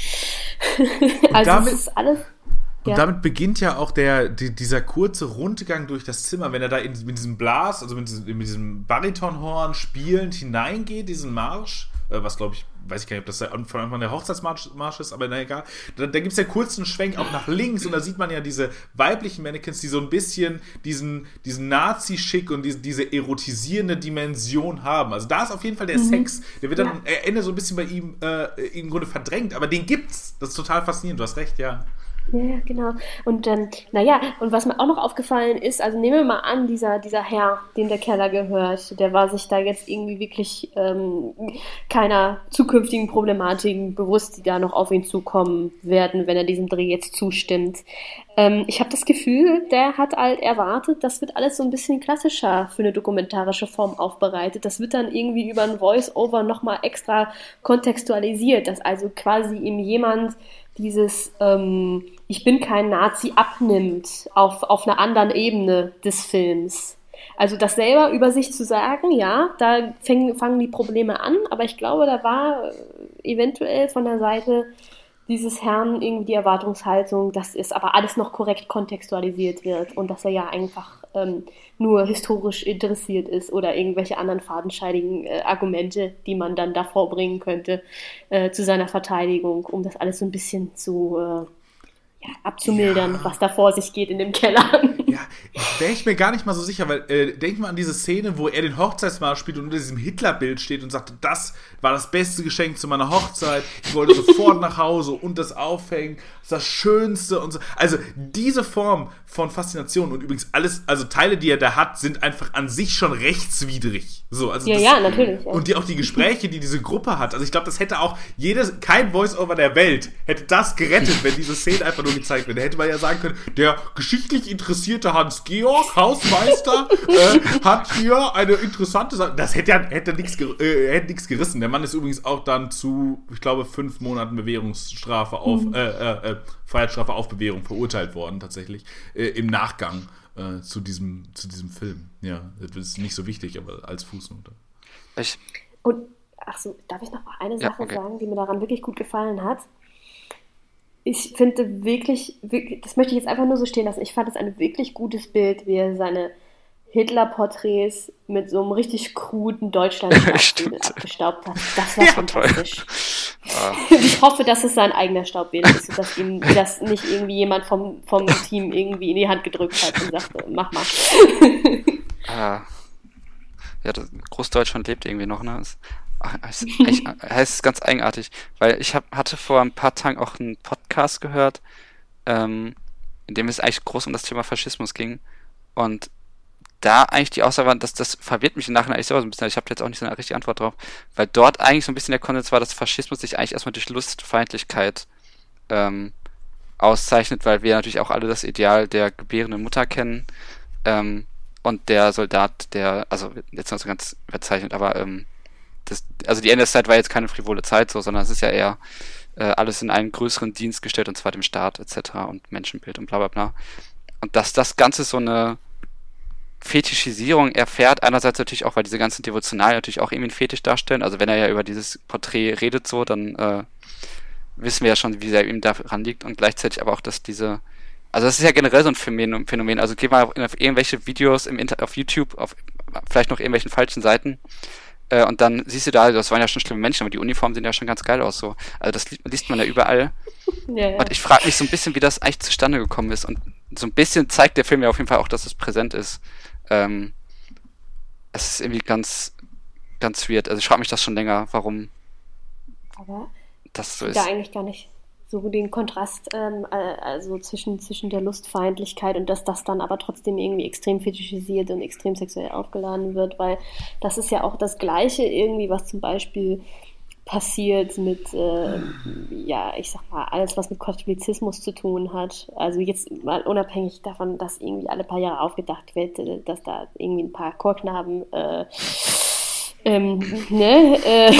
Also damit, es ist alles... Und ja. damit beginnt ja auch der, die, dieser kurze Rundgang durch das Zimmer, wenn er da in, mit diesem Blas, also mit diesem, mit diesem Baritonhorn spielend hineingeht, diesen Marsch, äh, was glaube ich, weiß ich gar nicht, ob das der, von Anfang der Hochzeitsmarsch Marsch ist, aber na egal. Da, da gibt es ja kurzen Schwenk auch nach links und da sieht man ja diese weiblichen Mannequins, die so ein bisschen diesen, diesen Nazi-Schick und diese, diese erotisierende Dimension haben. Also da ist auf jeden Fall der mhm. Sex, der wird dann ja. am Ende so ein bisschen bei ihm äh, im Grunde verdrängt, aber den gibt's. Das ist total faszinierend, du hast recht, ja. Ja, genau. Und ähm, naja, und was mir auch noch aufgefallen ist, also nehmen wir mal an, dieser, dieser Herr, dem der Keller gehört, der war sich da jetzt irgendwie wirklich ähm, keiner zukünftigen Problematiken bewusst, die da noch auf ihn zukommen werden, wenn er diesem Dreh jetzt zustimmt. Ähm, ich habe das Gefühl, der hat halt erwartet, das wird alles so ein bisschen klassischer für eine dokumentarische Form aufbereitet. Das wird dann irgendwie über ein Voice-Over nochmal extra kontextualisiert, dass also quasi ihm jemand dieses ähm, ich bin kein Nazi abnimmt auf, auf einer anderen Ebene des Films. Also das selber über sich zu sagen, ja, da fäng, fangen die Probleme an, aber ich glaube, da war eventuell von der Seite dieses Herrn irgendwie die Erwartungshaltung, dass es aber alles noch korrekt kontextualisiert wird und dass er ja einfach ähm, nur historisch interessiert ist oder irgendwelche anderen fadenscheidigen äh, Argumente, die man dann davor bringen könnte, äh, zu seiner Verteidigung, um das alles so ein bisschen zu äh, ja, abzumildern, ja. was da vor sich geht in dem Keller. Ja, wäre ich mir gar nicht mal so sicher, weil äh, denk mal an diese Szene, wo er den Hochzeitsmarsch spielt und unter diesem Hitlerbild steht und sagt, das war das beste Geschenk zu meiner Hochzeit, ich wollte sofort nach Hause und das aufhängen, das, das Schönste und so. Also diese Form von Faszination und übrigens alles, also Teile, die er da hat, sind einfach an sich schon rechtswidrig. So, also ja, das, ja, natürlich. Ja. Und die, auch die Gespräche, die diese Gruppe hat, also ich glaube, das hätte auch jedes, kein Voice-Over der Welt hätte das gerettet, wenn diese Szene einfach nur gezeigt wird. Da hätte man ja sagen können, der geschichtlich interessierte Hans-Georg, Hausmeister, äh, hat hier eine interessante Sache. Das hätte ja hätte nichts äh, hätte nichts gerissen. Der Mann ist übrigens auch dann zu, ich glaube, fünf Monaten Bewährungsstrafe auf, mhm. äh, äh, Freiheitsstrafe auf Bewährung verurteilt worden, tatsächlich, äh, im Nachgang. äh, zu, diesem, zu diesem Film. Ja, das ist nicht so wichtig, aber als Fußnote. Ich, Und, ach so, darf ich noch eine Ja, Sache okay. sagen, die mir daran wirklich gut gefallen hat? Ich finde wirklich, wirklich, das möchte ich jetzt einfach nur so stehen lassen, ich fand es ein wirklich gutes Bild, wie er seine Hitler-Porträts mit so einem richtig kruden Deutschland-Staubwedel Stimmt. abgestaubt hat. Das war Ja, toll. fantastisch. Ah. Und ich hoffe, dass es sein eigener Staubwedel ist und dass ihm das nicht irgendwie jemand vom, vom Team irgendwie in die Hand gedrückt hat und sagte, mach mal. Ah. Ja, das, Großdeutschland lebt irgendwie noch, ne? Das, ach, es ist echt, es ist ganz eigenartig, weil ich hab, hatte vor ein paar Tagen auch einen Podcast gehört, ähm, in dem es eigentlich groß um das Thema Faschismus ging und da eigentlich die Aussage war, dass das verwirrt mich im Nachhinein eigentlich selber so ein bisschen, ich habe jetzt auch nicht so eine richtige Antwort drauf, weil dort eigentlich so ein bisschen der Konsens war, dass Faschismus sich eigentlich erstmal durch Lustfeindlichkeit ähm, auszeichnet, weil wir natürlich auch alle das Ideal der gebärenden Mutter kennen ähm, und der Soldat, der, also jetzt noch so ganz überzeichnet, aber ähm, das, also die N S-Zeit war jetzt keine frivole Zeit so, sondern es ist ja eher äh, alles in einen größeren Dienst gestellt und zwar dem Staat et cetera und Menschenbild und bla bla bla. Und dass das Ganze so eine Fetischisierung erfährt, einerseits natürlich auch, weil diese ganzen Devotionalien natürlich auch irgendwie einen Fetisch darstellen, also wenn er ja über dieses Porträt redet so, dann äh, wissen wir ja schon, wie sehr ihm daran liegt und gleichzeitig aber auch, dass diese, also das ist ja generell so ein Phänomen, Phänomen. Also geh mal auf irgendwelche Videos im Inter- auf YouTube, auf vielleicht noch irgendwelchen falschen Seiten äh, und dann siehst du da, das waren ja schon schlimme Menschen, aber die Uniformen sehen ja schon ganz geil aus so, also das li- liest man ja überall. Ja, ja. Und ich frage mich so ein bisschen, wie das eigentlich zustande gekommen ist. Und so ein bisschen zeigt der Film ja auf jeden Fall auch, dass es präsent ist. Ähm, es ist irgendwie ganz, ganz weird. Also ich frage mich das schon länger, warum Aber das so ich ist. sehe da eigentlich gar nicht so den Kontrast ähm, äh, also zwischen, zwischen der Lustfeindlichkeit und dass das dann aber trotzdem irgendwie extrem fetischisiert und extrem sexuell aufgeladen wird, weil das ist ja auch das Gleiche irgendwie, was zum Beispiel passiert mit, äh, ja, ich sag mal, alles, was mit Katholizismus zu tun hat. Also jetzt mal unabhängig davon, dass irgendwie alle paar Jahre aufgedacht wird, äh, dass da irgendwie ein paar Chorknaben, äh, ähm, ne, äh,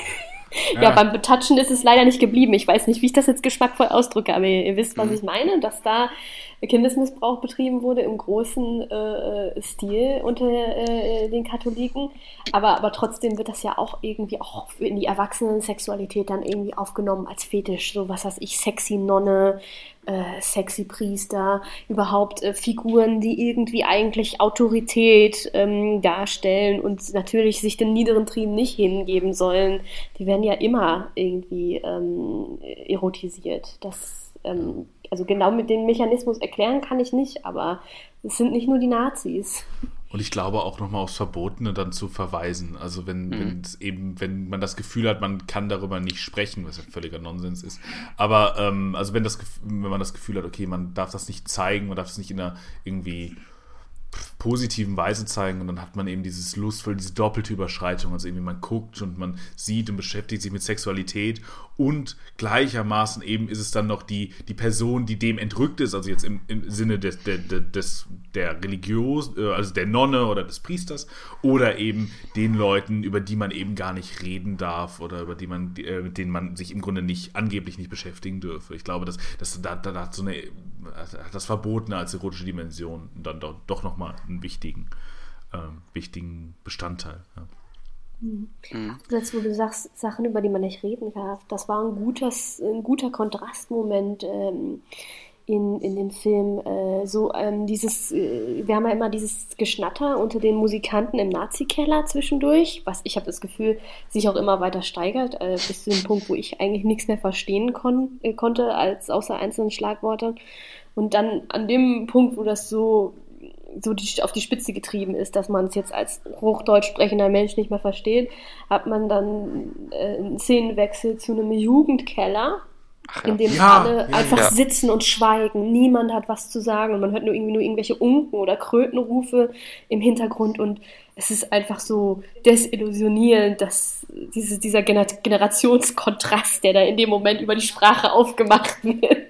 ja. ja, beim Betatschen ist es leider nicht geblieben. Ich weiß nicht, wie ich das jetzt geschmackvoll ausdrücke, aber ihr, ihr wisst, was mhm. ich meine, dass da Kindesmissbrauch betrieben wurde im großen äh, Stil unter äh, den Katholiken. Aber, aber trotzdem wird das ja auch irgendwie auch in die Erwachsenen-Sexualität dann irgendwie aufgenommen als Fetisch. So was weiß ich, sexy Nonne, äh, sexy Priester, überhaupt äh, Figuren, die irgendwie eigentlich Autorität ähm, darstellen und natürlich sich den niederen Trieben nicht hingeben sollen. Die werden ja immer irgendwie ähm, erotisiert. Das ähm, Also genau mit dem Mechanismus erklären kann ich nicht, aber es sind nicht nur die Nazis. Und ich glaube auch nochmal aufs Verbotene dann zu verweisen. Also wenn, mhm. wenn es eben, wenn man das Gefühl hat, man kann darüber nicht sprechen, was ja völliger Nonsens ist. Aber ähm, also wenn das, wenn man das Gefühl hat, okay, man darf das nicht zeigen, man darf es nicht in einer irgendwie positiven Weise zeigen und dann hat man eben dieses lustvoll, diese doppelte Überschreitung, also irgendwie man guckt und man sieht und beschäftigt sich mit Sexualität und gleichermaßen eben ist es dann noch die, die Person, die dem entrückt ist, also jetzt im, im Sinne des, des, des, der Religion, also der Nonne oder des Priesters oder eben den Leuten, über die man eben gar nicht reden darf oder über die man, mit denen man sich im Grunde nicht, angeblich nicht beschäftigen dürfe. Ich glaube, dass, dass da, da hat so eine, das Verbotene als erotische Dimension dann doch, doch nochmal einen wichtigen, ähm, wichtigen Bestandteil. Ja. Mhm. Jetzt, wo du sagst, Sachen, über die man nicht reden darf, das war ein, gutes, ein guter Kontrastmoment ähm, in, in dem Film. Äh, so ähm, dieses, äh, wir haben ja immer dieses Geschnatter unter den Musikanten im Nazi-Keller zwischendurch, was ich habe das Gefühl, sich auch immer weiter steigert, äh, bis zu dem Punkt, wo ich eigentlich nichts mehr verstehen kon- äh, konnte, als außer einzelnen Schlagworten. Und dann an dem Punkt, wo das so so die, auf die Spitze getrieben ist, dass man es jetzt als hochdeutsch sprechender Mensch nicht mehr versteht, hat man dann äh, einen Szenenwechsel zu einem Jugendkeller, Ach ja. in dem Ja, alle ja, einfach ja. sitzen und schweigen. Niemand hat was zu sagen und man hört nur irgendwie nur irgendwelche Unken oder Krötenrufe im Hintergrund und es ist einfach so desillusionierend, dass diese, dieser Gener- Generationskontrast, der da in dem Moment über die Sprache aufgemacht wird.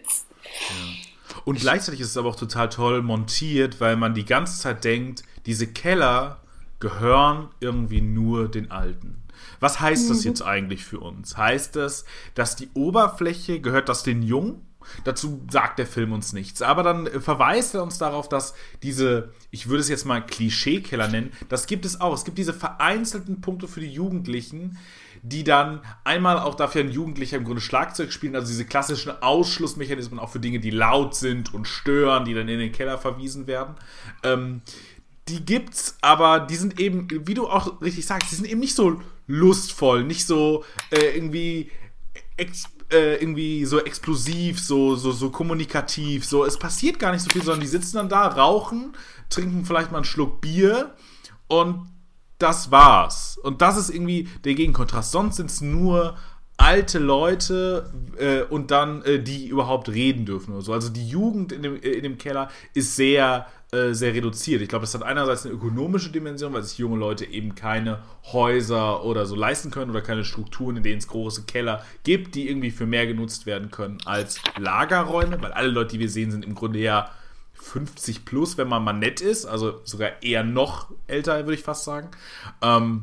Und gleichzeitig ist es aber auch total toll montiert, weil man die ganze Zeit denkt, diese Keller gehören irgendwie nur den Alten. Was heißt das jetzt eigentlich für uns? Heißt das, dass die Oberfläche gehört das den Jungen? Dazu sagt der Film uns nichts. Aber dann verweist er uns darauf, dass diese, ich würde es jetzt mal Klischeekeller nennen, das gibt es auch. Es gibt diese vereinzelten Punkte für die Jugendlichen, die dann einmal auch dafür ein Jugendlicher im Grunde Schlagzeug spielen, also diese klassischen Ausschlussmechanismen auch für Dinge, die laut sind und stören, die dann in den Keller verwiesen werden. Ähm, die gibt's, aber die sind eben, wie du auch richtig sagst, die sind eben nicht so lustvoll, nicht so äh, irgendwie ex- äh, irgendwie so explosiv, so, so, so kommunikativ, so, es passiert gar nicht so viel, sondern die sitzen dann da, rauchen, trinken vielleicht mal einen Schluck Bier und das war's. Und das ist irgendwie der Gegenkontrast. Sonst sind es nur alte Leute äh, und dann, äh, die überhaupt reden dürfen oder so. Also die Jugend in dem, äh, in dem Keller ist sehr, äh, sehr reduziert. Ich glaube, das hat einerseits eine ökonomische Dimension, weil sich junge Leute eben keine Häuser oder so leisten können oder keine Strukturen, in denen es große Keller gibt, die irgendwie für mehr genutzt werden können als Lagerräume, weil alle Leute, die wir sehen, sind im Grunde ja fünfzig plus, wenn man mal nett ist, also sogar eher noch älter, würde ich fast sagen. Ähm,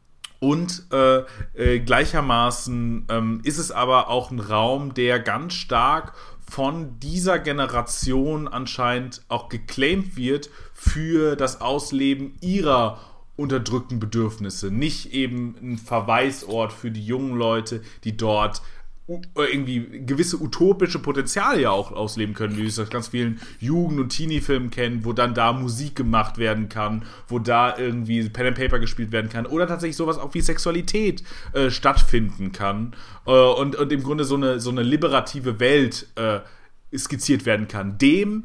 und äh, äh, gleichermaßen ähm, ist es aber auch ein Raum, der ganz stark von dieser Generation anscheinend auch geclaimt wird für das Ausleben ihrer unterdrückten Bedürfnisse. Nicht eben ein Verweisort für die jungen Leute, die dort irgendwie gewisse utopische Potenziale ja auch ausleben können, wie wir es aus ganz vielen Jugend- und Teenie-Filmen kennen, wo dann da Musik gemacht werden kann, wo da irgendwie Pen and Paper gespielt werden kann oder tatsächlich sowas auch wie Sexualität äh, stattfinden kann äh, und, und im Grunde so eine, so eine liberative Welt äh, skizziert werden kann. Dem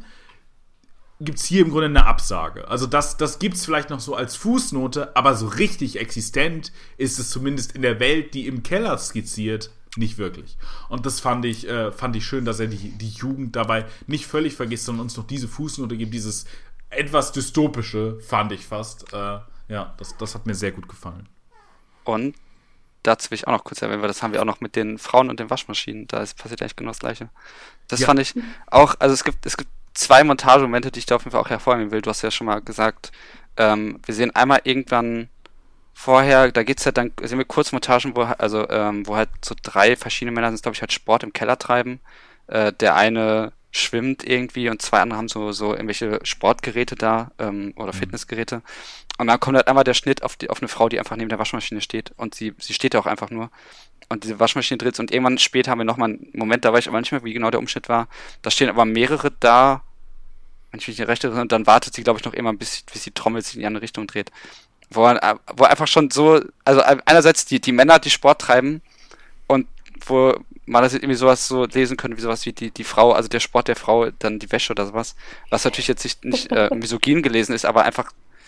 gibt es hier im Grunde eine Absage. Also das, das gibt es vielleicht noch so als Fußnote, aber so richtig existent ist es zumindest in der Welt, die im Keller skizziert, nicht wirklich. Und das fand ich, äh, fand ich schön, dass er die, die Jugend dabei nicht völlig vergisst, sondern uns noch diese Fußnote gibt, dieses etwas dystopische, fand ich fast. Äh, ja, das, das hat mir sehr gut gefallen. Und dazu will ich auch noch kurz erwähnen, weil das haben wir auch noch mit den Frauen und den Waschmaschinen. Da ist, passiert eigentlich genau das Gleiche. Das ja. fand ich auch, also es gibt, es gibt zwei Montagemomente, die ich da auf jeden Fall auch hervorheben will. Du hast ja schon mal gesagt, ähm, wir sehen einmal irgendwann vorher, da geht's halt dann, sehen wir Kurzmontagen, wo, also, ähm, wo halt so drei verschiedene Männer sind, glaube ich, halt Sport im Keller treiben. Äh, der eine schwimmt irgendwie und zwei andere haben so, so irgendwelche Sportgeräte da, ähm, oder Fitnessgeräte. Und dann kommt halt einmal der Schnitt auf die, auf eine Frau, die einfach neben der Waschmaschine steht und sie, sie steht da auch einfach nur. Und diese Waschmaschine dreht und irgendwann später haben wir nochmal einen Moment, da weiß ich aber nicht mehr, wie genau der Umschnitt war. Da stehen aber mehrere da, wenn ich mich nicht recht erinnere, und dann wartet sie, glaube ich, noch immer, bis, bis die Trommel sich in die andere Richtung dreht. Wo, wo einfach schon so, also einerseits die, die Männer, die Sport treiben und wo man das irgendwie sowas so lesen könnte, wie sowas wie die, die Frau, also der Sport der Frau, dann die Wäsche oder sowas, was natürlich jetzt nicht, nicht äh, misogyn gelesen ist, aber einfach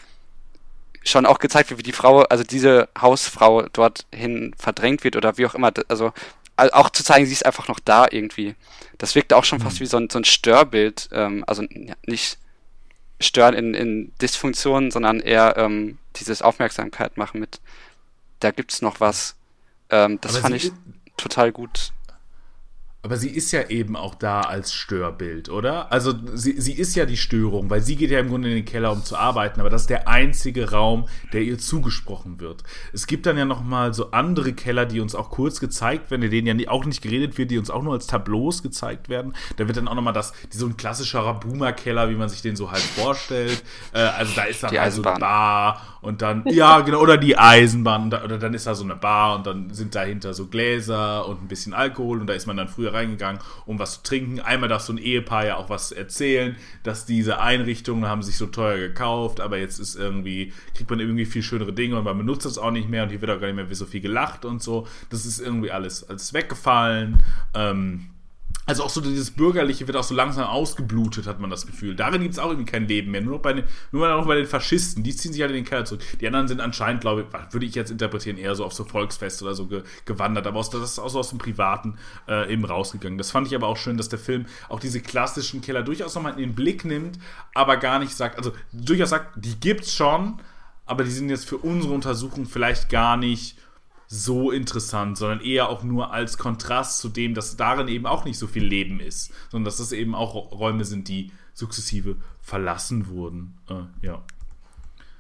schon auch gezeigt wird, wie die Frau, also diese Hausfrau dorthin verdrängt wird oder wie auch immer, also auch zu zeigen, sie ist einfach noch da irgendwie. Das wirkt auch schon fast wie so ein, so ein Störbild, ähm, also ja, nicht stören in, in Dysfunktionen, sondern eher ähm, dieses Aufmerksamkeit machen mit, da gibt's noch was. Ähm, das Aber fand ich total gut. Aber sie ist ja eben auch da als Störbild, oder? Also sie, sie ist ja die Störung, weil sie geht ja im Grunde in den Keller, um zu arbeiten, aber das ist der einzige Raum, der ihr zugesprochen wird. Es gibt dann ja nochmal so andere Keller, die uns auch kurz gezeigt werden, in denen ja auch nicht geredet wird, die uns auch nur als Tableaus gezeigt werden. Da wird dann auch nochmal das, so ein klassischer Rabuma-Keller, wie man sich den so halt vorstellt. Äh, also da ist dann die halt so eine Eisenbahn. Bar und dann, ja genau, oder die Eisenbahn, oder dann ist da so eine Bar und dann sind dahinter so Gläser und ein bisschen Alkohol und da ist man dann früher reingegangen, um was zu trinken. Einmal darf so ein Ehepaar ja auch was erzählen, dass diese Einrichtungen haben sich so teuer gekauft, aber jetzt ist irgendwie, kriegt man irgendwie viel schönere Dinge und man benutzt es auch nicht mehr und hier wird auch gar nicht mehr so viel gelacht und so. Das ist irgendwie alles, alles weggefallen. Ähm, Also auch so dieses Bürgerliche wird auch so langsam ausgeblutet, hat man das Gefühl. Darin gibt es auch irgendwie kein Leben mehr. Nur noch bei den, nur noch bei den Faschisten. Die ziehen sich halt in den Keller zurück. Die anderen sind anscheinend, glaube ich, würde ich jetzt interpretieren, eher so auf so Volksfeste oder so ge- gewandert. Aber aus, das ist auch so aus dem Privaten äh, eben rausgegangen. Das fand ich aber auch schön, dass der Film auch diese klassischen Keller durchaus nochmal in den Blick nimmt, aber gar nicht sagt, also durchaus sagt, die gibt's schon, aber die sind jetzt für unsere Untersuchung vielleicht gar nicht so interessant, sondern eher auch nur als Kontrast zu dem, dass darin eben auch nicht so viel Leben ist, sondern dass das eben auch Räume sind, die sukzessive verlassen wurden. Äh, ja.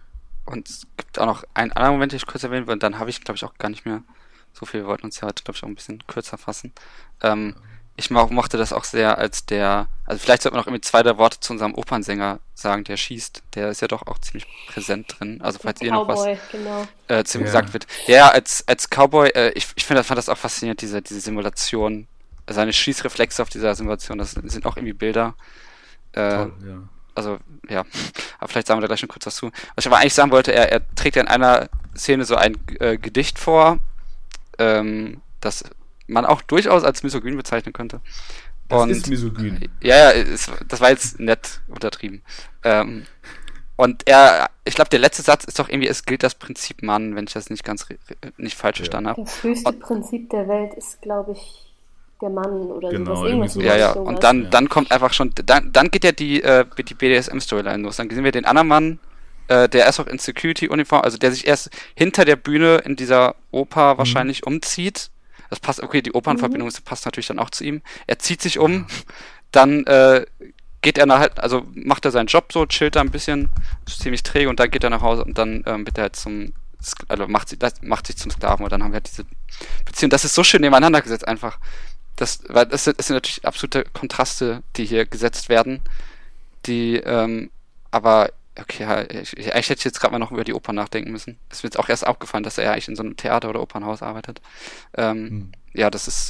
und es gibt auch noch einen anderen Moment, den ich kurz erwähnen will, und dann habe ich, glaube ich, auch gar nicht mehr so viel. Wir wollten uns ja heute, glaube ich, auch ein bisschen kürzer fassen. Ähm, ich mo- mochte das auch sehr, als der, also vielleicht sollte man noch irgendwie zwei, drei Worte zu unserem Opernsänger sagen, der schießt. Der ist ja doch auch ziemlich präsent drin. Also falls ihr noch was Cowboy, genau. äh, zu ihm Ja. gesagt wird. Ja, als, als Cowboy, äh, ich, ich finde, fand das auch faszinierend, diese, diese Simulation, seine Schießreflexe auf dieser Simulation, das sind auch irgendwie Bilder. Äh, Toll, ja. Also, ja, aber vielleicht sagen wir da gleich noch kurz was zu. Was ich aber eigentlich sagen wollte, er, er trägt ja in einer Szene so ein äh, Gedicht vor, ähm, das man auch durchaus als misogyn bezeichnen könnte. Das Und, ist misogyn. Ja, ja, es, das war jetzt nett untertrieben. Ähm, und er, ich glaube, der letzte Satz ist doch irgendwie, es gilt das Prinzip Mann, wenn ich das nicht ganz re- nicht falsch Ja. verstanden habe. Das höchste Und- Prinzip der Welt ist, glaube ich, der Mann oder Genau, sowas. irgendwie Irgendwas so. in Ja, der ja, Richtung und was. dann, Ja. dann kommt einfach schon, dann, dann geht ja die, äh, die B D S M-Storyline los. Dann sehen wir den anderen Mann, äh, der erst auch in Security-Uniform, also der sich erst hinter der Bühne in dieser Oper wahrscheinlich umzieht. Das passt, okay, die Opernverbindung ist- passt natürlich dann auch zu ihm. Er zieht sich um, dann äh, geht er nach, halt, also macht er seinen Job so, chillt da ein bisschen, ist ziemlich träge und dann geht er nach Hause und dann ähm, wird er halt zum, Sk- also macht, sie, das- macht sich zum Sklaven und dann haben wir halt diese Beziehung. Das ist so schön nebeneinander gesetzt einfach. Das, weil das sind, das sind natürlich absolute Kontraste, die hier gesetzt werden, die, ähm, aber, okay, ja, ich, ich, eigentlich hätte ich jetzt gerade mal noch über die Oper nachdenken müssen. Das ist mir jetzt auch erst aufgefallen, dass er eigentlich in so einem Theater oder Opernhaus arbeitet. Ähm, Hm. Ja, das ist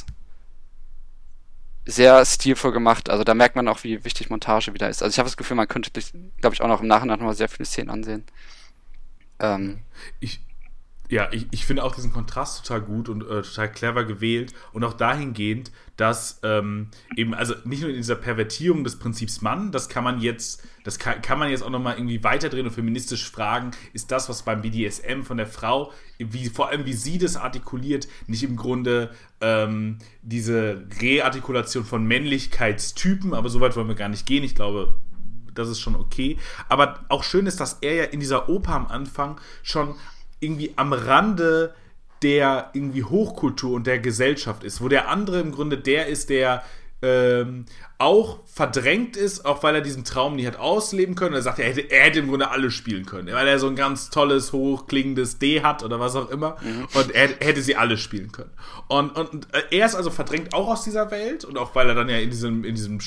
sehr stilvoll gemacht, also da merkt man auch, wie wichtig Montage wieder ist. Also ich habe das Gefühl, man könnte, glaube ich, auch noch im Nachhinein noch mal sehr viele Szenen ansehen. Ähm, Ich, ja, ich, ich finde auch diesen Kontrast total gut und äh, total clever gewählt und auch dahingehend, dass ähm, eben, also nicht nur in dieser Pervertierung des Prinzips Mann, das kann man jetzt, das kann, kann man jetzt auch nochmal irgendwie weiterdrehen und feministisch fragen, ist das, was beim B D S M von der Frau, wie, vor allem wie sie das artikuliert, nicht im Grunde ähm, diese Reartikulation von Männlichkeitstypen, aber so weit wollen wir gar nicht gehen, ich glaube, das ist schon okay. Aber auch schön ist, dass er ja in dieser Oper am Anfang schon irgendwie am Rande der irgendwie Hochkultur und der Gesellschaft ist, wo der andere im Grunde der ist, der ähm, auch verdrängt ist, auch weil er diesen Traum nicht hat ausleben können. Er sagt, er hätte, er hätte im Grunde alles spielen können, weil er so ein ganz tolles, hochklingendes D hat oder was auch immer. Mhm. Und er hätte sie alle spielen können. Und, und er ist also verdrängt auch aus dieser Welt und auch weil er dann ja in diesem, in diesem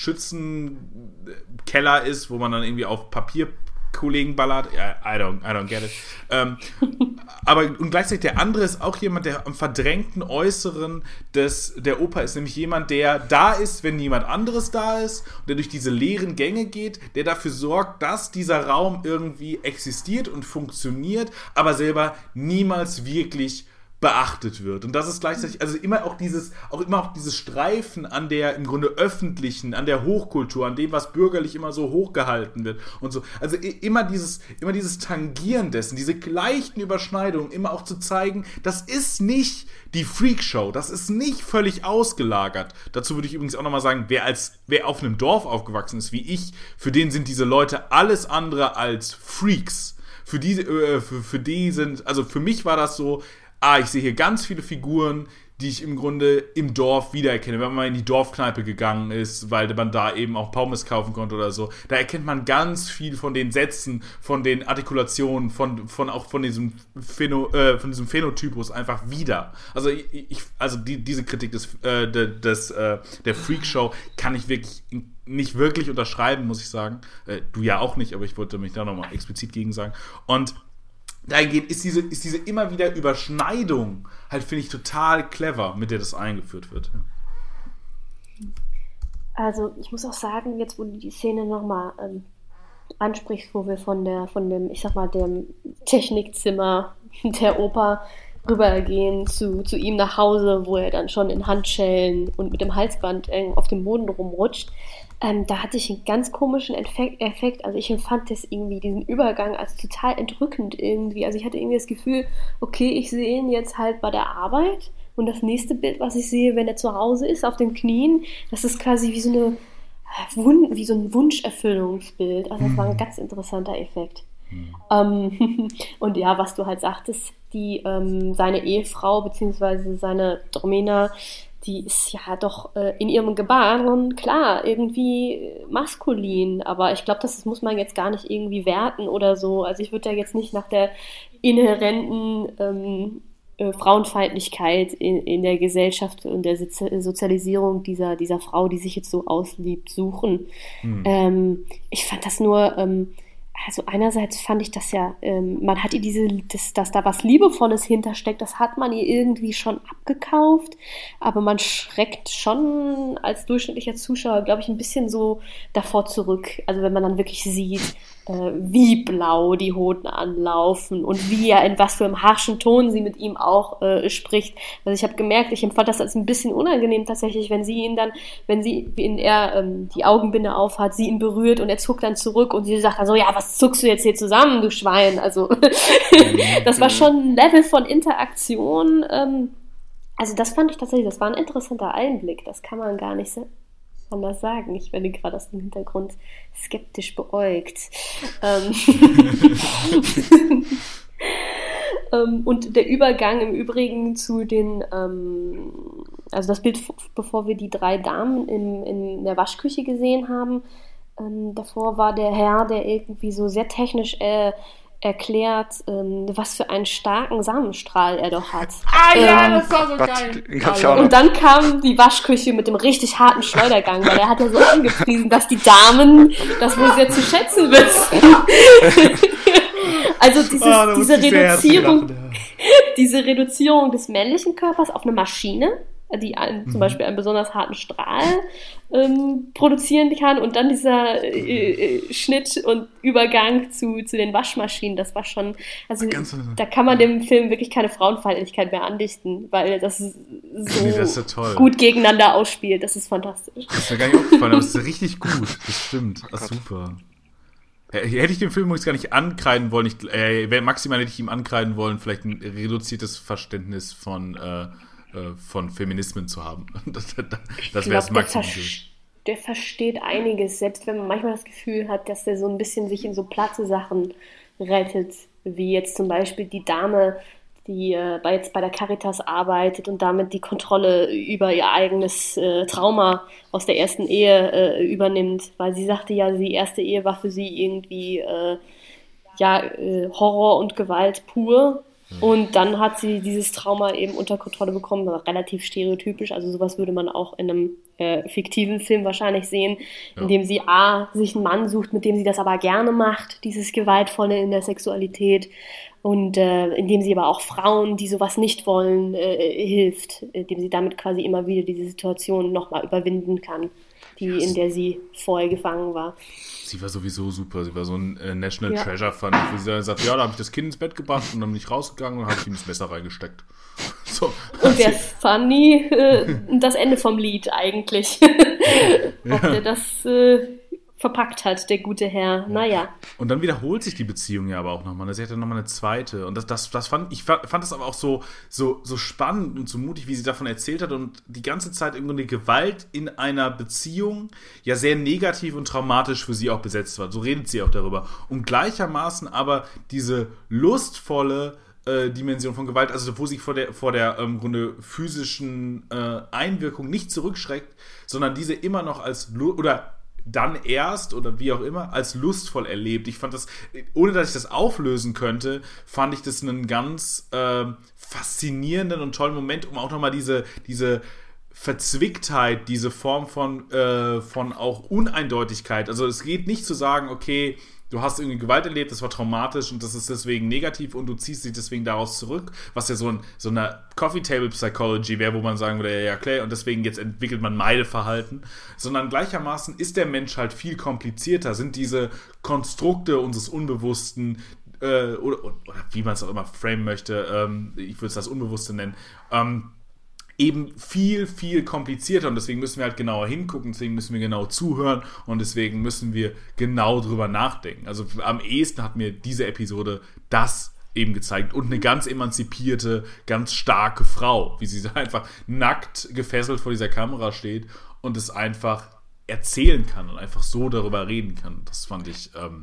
Schützenkeller ist, wo man dann irgendwie auf Papier Kollegen ballert, ja, I don't, I don't get it. Ähm, aber und gleichzeitig der andere ist auch jemand, der am verdrängten Äußeren des, der Oper ist, nämlich jemand, der da ist, wenn niemand anderes da ist und der durch diese leeren Gänge geht, der dafür sorgt, dass dieser Raum irgendwie existiert und funktioniert, aber selber niemals wirklich beachtet wird. Und das ist gleichzeitig, also immer auch dieses, auch immer auch dieses Streifen an der im Grunde öffentlichen, an der Hochkultur, an dem, was bürgerlich immer so hochgehalten wird und so. Also immer dieses, immer dieses Tangieren dessen, diese leichten Überschneidungen, immer auch zu zeigen, das ist nicht die Freakshow, das ist nicht völlig ausgelagert. Dazu würde ich übrigens auch nochmal sagen, wer als, wer auf einem Dorf aufgewachsen ist, wie ich, für den sind diese Leute alles andere als Freaks. Für die, äh, für, für die sind, also für mich war das so, ah, ich sehe hier ganz viele Figuren, die ich im Grunde im Dorf wiedererkenne. Wenn man mal in die Dorfkneipe gegangen ist, weil man da eben auch Pommes kaufen konnte oder so, da erkennt man ganz viel von den Sätzen, von den Artikulationen, von, von auch von diesem, Phäno, äh, von diesem Phänotypus einfach wieder. Also, ich, ich, also die, diese Kritik des, äh, des, äh, der Freakshow kann ich wirklich nicht wirklich unterschreiben, muss ich sagen. Äh, du ja auch nicht, aber ich wollte mich da nochmal explizit gegen sagen. Und dahingehend ist diese, ist diese immer wieder Überschneidung halt, finde ich, total clever, mit der das eingeführt wird. Also ich muss auch sagen, jetzt wo du die Szene nochmal ähm, ansprichst, wo wir von der, von dem, ich sag mal, dem Technikzimmer der Oper rübergehen zu, zu ihm nach Hause, wo er dann schon in Handschellen und mit dem Halsband äh, auf dem Boden rumrutscht. Ähm, da hatte ich einen ganz komischen Effekt, also ich empfand das irgendwie, diesen Übergang als total entrückend irgendwie, also ich hatte irgendwie das Gefühl, okay, ich sehe ihn jetzt halt bei der Arbeit und das nächste Bild, was ich sehe, wenn er zu Hause ist, auf den Knien, das ist quasi wie so eine Wun- wie so ein Wunscherfüllungsbild, also das war ein ganz interessanter Effekt. Mhm. Ähm, und ja, was du halt sagtest, die, ähm, seine Ehefrau, beziehungsweise seine Domina, die ist ja doch äh, in ihrem Gebaren, klar, irgendwie maskulin, aber ich glaube, das, das muss man jetzt gar nicht irgendwie werten oder so. Also ich würde da jetzt nicht nach der inhärenten ähm, äh, Frauenfeindlichkeit in, in der Gesellschaft und der Sozialisierung dieser, dieser Frau, die sich jetzt so ausliebt, suchen. Hm. Ähm, ich fand das nur... Ähm, Also einerseits fand ich das ja, ähm, man hat ihr diese, das, dass da was Liebevolles hintersteckt, das hat man ihr irgendwie schon abgekauft, aber man schreckt schon als durchschnittlicher Zuschauer, glaube ich, ein bisschen so davor zurück. Also wenn man dann wirklich sieht, äh, wie blau die Hoden anlaufen und wie er in was für einem harschen Ton sie mit ihm auch äh, spricht. Also ich habe gemerkt, ich empfand das als ein bisschen unangenehm tatsächlich, wenn sie ihn dann, wenn sie, wenn er ähm, die Augenbinde aufhat, sie ihn berührt und er zuckt dann zurück und sie sagt dann so, ja, was zuckst du jetzt hier zusammen, du Schwein? Also das war schon ein Level von Interaktion. Ähm, also das fand ich tatsächlich, das war ein interessanter Einblick. Das kann man gar nicht so anders sagen. Ich werde gerade aus dem Hintergrund skeptisch beäugt. Ähm, ähm, und der Übergang im Übrigen zu den, ähm, also das Bild, bevor wir die drei Damen in, in der Waschküche gesehen haben, ähm, davor war der Herr, der irgendwie so sehr technisch äh, erklärt, ähm, was für einen starken Samenstrahl er doch hat. Ah ja, ähm, das war so Gott, geil. Also. Und dann kam die Waschküche mit dem richtig harten Schleudergang, weil er hat ja so angepriesen, dass die Damen das wohl sehr zu schätzen wissen. Also dieses, oh, diese Reduzierung, lachen, ja. diese Reduzierung des männlichen Körpers auf eine Maschine, die einen, mhm. zum Beispiel einen besonders harten Strahl ähm, produzieren kann, und dann dieser äh, äh, Schnitt und Übergang zu, zu den Waschmaschinen, das war schon, also Ganz da kann man dem Film wirklich keine Frauenfeindlichkeit mehr andichten, weil das so nee, das ist ja gut gegeneinander ausspielt, das ist fantastisch. Das ist mir gar nicht aufgefallen, aber es ist richtig gut, das stimmt, das ist super. Hätte ich den Film übrigens gar nicht ankreiden wollen, ich, äh, maximal hätte ich ihm ankreiden wollen, vielleicht ein reduziertes Verständnis von äh, von Feminismen zu haben. Das, das, das wäre es maximal. Der, ver- der versteht einiges, selbst wenn man manchmal das Gefühl hat, dass der so ein bisschen sich in so platte Sachen rettet, wie jetzt zum Beispiel die Dame, die äh, bei, jetzt bei der Caritas arbeitet und damit die Kontrolle über ihr eigenes äh, Trauma aus der ersten Ehe äh, übernimmt, weil sie sagte ja, die erste Ehe war für sie irgendwie äh, ja, äh, Horror und Gewalt pur. Und dann hat sie dieses Trauma eben unter Kontrolle bekommen, relativ stereotypisch, also sowas würde man auch in einem äh, fiktiven Film wahrscheinlich sehen, ja. in dem sie A, sich einen Mann sucht, mit dem sie das aber gerne macht, dieses Gewaltvolle in der Sexualität, und äh, indem sie aber auch Frauen, die sowas nicht wollen, äh, hilft, indem sie damit quasi immer wieder diese Situation nochmal überwinden kann, die yes. in der sie vorher gefangen war. Sie war sowieso super. Sie war so ein äh, National ja. Treasure, fand ich. Wo sie dann sagt, ja, da habe ich das Kind ins Bett gebracht und dann bin ich rausgegangen und habe ich ihm das Messer reingesteckt. So. Und der Funny, äh, das Ende vom Lied eigentlich. Ja. Ob der das äh, verpackt hat, der gute Herr. Naja. Und dann wiederholt sich die Beziehung ja aber auch nochmal. Sie hat ja nochmal eine zweite. Und das, das, das fand ich fand das aber auch so, so, so spannend und so mutig, wie sie davon erzählt hat. Und die ganze Zeit irgendwie die Gewalt in einer Beziehung ja sehr negativ und traumatisch für sie auch besetzt war. So redet sie auch darüber. Und gleichermaßen aber diese lustvolle äh, Dimension von Gewalt, also wo sie vor der, vor der ähm, Grunde physischen äh, Einwirkung nicht zurückschreckt, sondern diese immer noch als, oder dann erst oder wie auch immer als lustvoll erlebt. Ich fand das, ohne dass ich das auflösen könnte, fand ich das einen ganz äh, faszinierenden und tollen Moment, um auch nochmal diese, diese Verzwicktheit, diese Form von, äh, von auch Uneindeutigkeit. Also es geht nicht zu sagen, okay, du hast irgendwie Gewalt erlebt, das war traumatisch und das ist deswegen negativ und du ziehst dich deswegen daraus zurück, was ja so, ein, so eine Coffee-Table-Psychology wäre, wo man sagen würde, ja klar, und deswegen jetzt entwickelt man Meideverhalten, sondern gleichermaßen ist der Mensch halt viel komplizierter, sind diese Konstrukte unseres Unbewussten, äh, oder, oder wie man es auch immer framen möchte, ähm, ich würde es das Unbewusste nennen, ähm, eben viel, viel komplizierter und deswegen müssen wir halt genauer hingucken, deswegen müssen wir genau zuhören und deswegen müssen wir genau drüber nachdenken. Also am ehesten hat mir diese Episode das eben gezeigt und eine ganz emanzipierte, ganz starke Frau, wie sie einfach nackt gefesselt vor dieser Kamera steht und es einfach erzählen kann und einfach so darüber reden kann. Das fand ich ähm,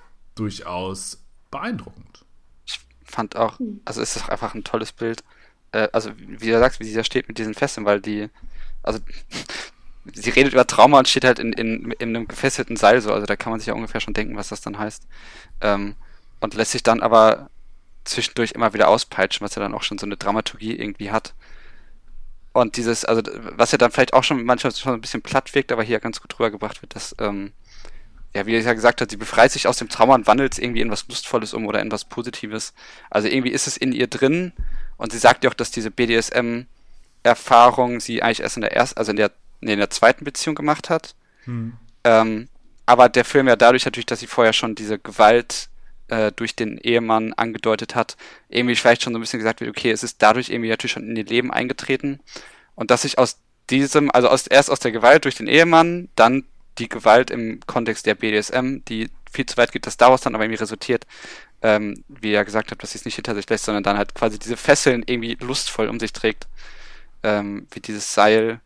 durchaus beeindruckend. Ich fand auch, also es ist einfach ein tolles Bild. äh, also wie du sagst, wie sie da steht mit diesen Fesseln, weil die, also sie redet über Trauma und steht halt in, in, in einem gefesselten Seil so, also da kann man sich ja ungefähr schon denken, was das dann heißt. Ähm, und lässt sich dann aber zwischendurch immer wieder auspeitschen, was ja dann auch schon so eine Dramaturgie irgendwie hat. Und dieses, also was ja dann vielleicht auch schon manchmal schon ein bisschen platt wirkt, aber hier ganz gut rübergebracht wird, dass, ähm, ja, wie er ja gesagt hat, sie befreit sich aus dem Trauma und wandelt es irgendwie in was Lustvolles um oder in was Positives. Also irgendwie ist es in ihr drin und sie sagt ja auch, dass diese B D S M-Erfahrung sie eigentlich erst in der ersten, also in der, nee, in der zweiten Beziehung gemacht hat. Hm. Ähm, aber der Film ja dadurch natürlich, dass sie vorher schon diese Gewalt äh, durch den Ehemann angedeutet hat, irgendwie vielleicht schon so ein bisschen gesagt wird, okay, es ist dadurch irgendwie natürlich schon in ihr Leben eingetreten und dass sich aus diesem, also aus, erst aus der Gewalt durch den Ehemann, dann die Gewalt im Kontext der B D S M, die viel zu weit geht, dass daraus dann aber irgendwie resultiert, ähm, wie er gesagt hat, dass sie es nicht hinter sich lässt, sondern dann halt quasi diese Fesseln irgendwie lustvoll um sich trägt, ähm, wie dieses Seil.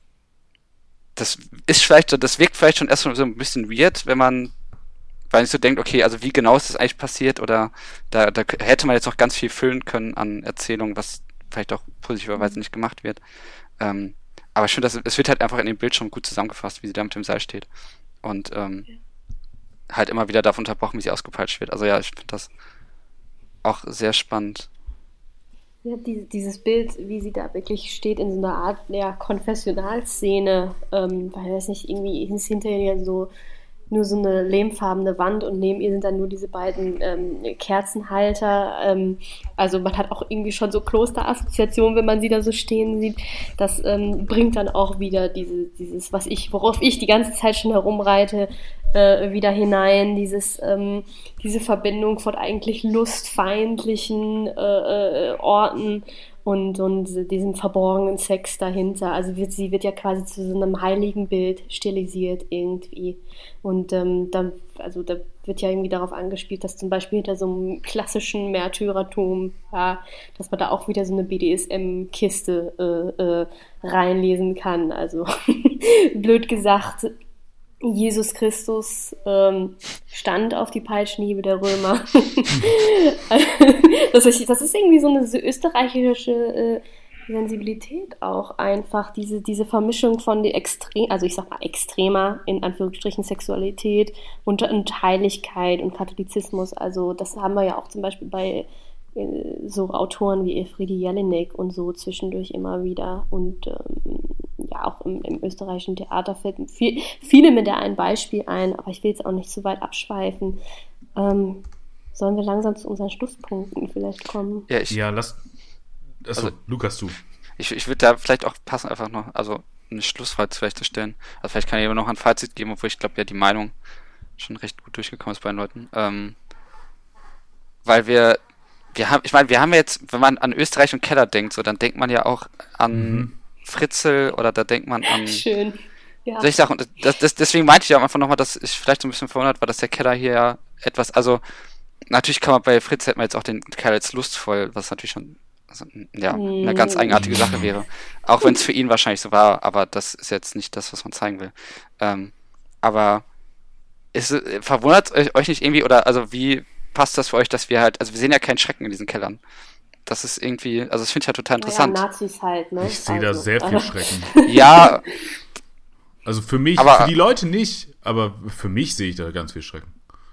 Das ist vielleicht, das wirkt vielleicht schon erst so ein bisschen weird, wenn man, weil nicht so denkt, okay, also wie genau ist das eigentlich passiert, oder da, da hätte man jetzt noch ganz viel füllen können an Erzählungen, was vielleicht auch positiverweise nicht gemacht wird. Ähm, aber ich finde, es wird halt einfach in dem Bild schon gut zusammengefasst, wie sie da mit dem Seil steht. Und ähm, halt immer wieder davon unterbrochen, wie sie ausgepeitscht wird. Also ja, ich finde das auch sehr spannend. Ja, die, dieses Bild, wie sie da wirklich steht in so einer Art ja, Konfessionalszene, ähm, weil das nicht irgendwie ist hinterher so nur so eine lehmfarbene Wand und neben ihr sind dann nur diese beiden ähm, Kerzenhalter. Ähm, also man hat auch irgendwie schon so Klosterassoziationen, wenn man sie da so stehen sieht. Das ähm, bringt dann auch wieder diese, dieses, was ich, worauf ich die ganze Zeit schon herumreite, äh, wieder hinein. Dieses, ähm, diese Verbindung von eigentlich lustfeindlichen äh, äh, Orten und, und diesem verborgenen Sex dahinter. Also wird, sie wird ja quasi zu so einem heiligen Bild stilisiert irgendwie. Und ähm, dann, also da wird ja irgendwie darauf angespielt, dass zum Beispiel hinter so einem klassischen Märtyrertum, ja, dass man da auch wieder so eine B D S M-Kiste äh, äh, reinlesen kann. Also blöd gesagt, Jesus Christus ähm, stand auf die Peitschenhiebe der Römer. das, ist, das ist irgendwie so eine österreichische äh, Sensibilität auch einfach, diese, diese Vermischung von der extrem, also ich sag mal extremer, in Anführungsstrichen, Sexualität und, und Heiligkeit und Katholizismus. Also das haben wir ja auch zum Beispiel bei so Autoren wie Elfriede Jelinek und so zwischendurch immer wieder und ähm, ja auch im, im österreichischen Theater fällt viel, viele mit der ein Beispiel ein, aber ich will jetzt auch nicht zu weit abschweifen. Ähm, sollen wir langsam zu unseren Schlusspunkten vielleicht kommen? Ja, ich, ja lass achso, also, Lukas, du. Ich, ich würde da vielleicht auch passen, einfach noch, also eine Schlussfrage vielleicht zu stellen. Also vielleicht kann ich aber noch ein Fazit geben, obwohl ich glaube, ja die Meinung schon recht gut durchgekommen ist bei den Leuten. Ähm, weil wir Wir haben, ich meine, wir haben jetzt, wenn man an Österreich und Keller denkt, so, dann denkt man ja auch an mhm. Fritzl oder da denkt man an. Schön. Ja. Solche Sachen. Das, das, deswegen meinte ich auch einfach nochmal, dass ich vielleicht so ein bisschen verwundert war, dass der Keller hier ja etwas, also natürlich kann man bei Fritz hätte man jetzt auch den Keller jetzt lustvoll, was natürlich schon also, ja, mhm. eine ganz eigenartige Sache wäre. Auch wenn es für ihn wahrscheinlich so war, aber das ist jetzt nicht das, was man zeigen will. Ähm, aber ist, verwundert euch nicht irgendwie, oder also wie passt das für euch, dass wir halt, also wir sehen ja keinen Schrecken in diesen Kellern. Das ist irgendwie, also das finde ich ja total interessant. Ja, Nazis halt, ne? Ich sehe also, da sehr viel Schrecken. Ja. Also für mich, aber, für die Leute nicht, aber für mich sehe ich da ganz viel Schrecken.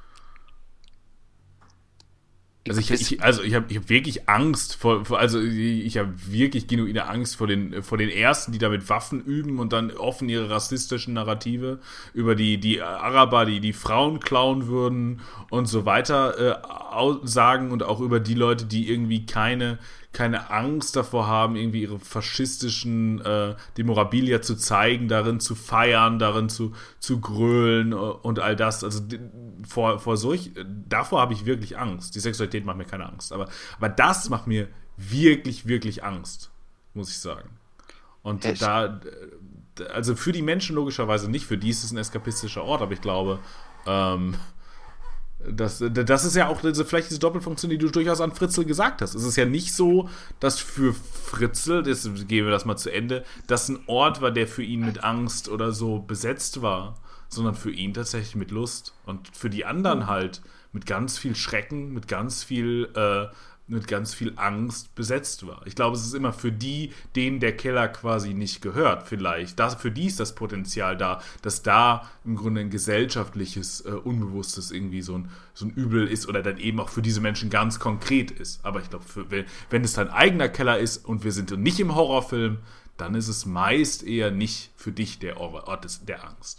Also ich, ich also ich habe ich hab wirklich Angst vor, vor also ich habe wirklich genuine Angst vor den vor den ersten, die da mit Waffen üben und dann offen ihre rassistischen Narrative über die die Araber, die die Frauen klauen würden und so weiter äh, sagen, und auch über die Leute, die irgendwie keine keine Angst davor haben, irgendwie ihre faschistischen äh, Memorabilia zu zeigen, darin zu feiern, darin zu, zu grölen und all das. Also vor, vor solch, davor habe ich wirklich Angst. Die Sexualität macht mir keine Angst. Aber, aber das macht mir wirklich, wirklich Angst, muss ich sagen. Und Echt? da, also für die Menschen logischerweise nicht, für die ist es ein eskapistischer Ort, aber ich glaube, ähm, Das, das ist ja auch diese, vielleicht diese Doppelfunktion, die du durchaus an Fritzl gesagt hast. Es ist ja nicht so, dass für Fritzl, das gehen wir das mal zu Ende, das ein Ort war, der für ihn mit Angst oder so besetzt war, sondern für ihn tatsächlich mit Lust. Und für die anderen halt mit ganz viel Schrecken, mit ganz viel äh, mit ganz viel Angst besetzt war. Ich glaube, es ist immer für die, denen der Keller quasi nicht gehört, vielleicht. Das, für die ist das Potenzial da, dass da im Grunde ein gesellschaftliches, äh, Unbewusstes irgendwie so ein, so ein Übel ist oder dann eben auch für diese Menschen ganz konkret ist. Aber ich glaube, wenn, wenn es dein eigener Keller ist und wir sind nicht im Horrorfilm, dann ist es meist eher nicht für dich der Ort des, der Angst.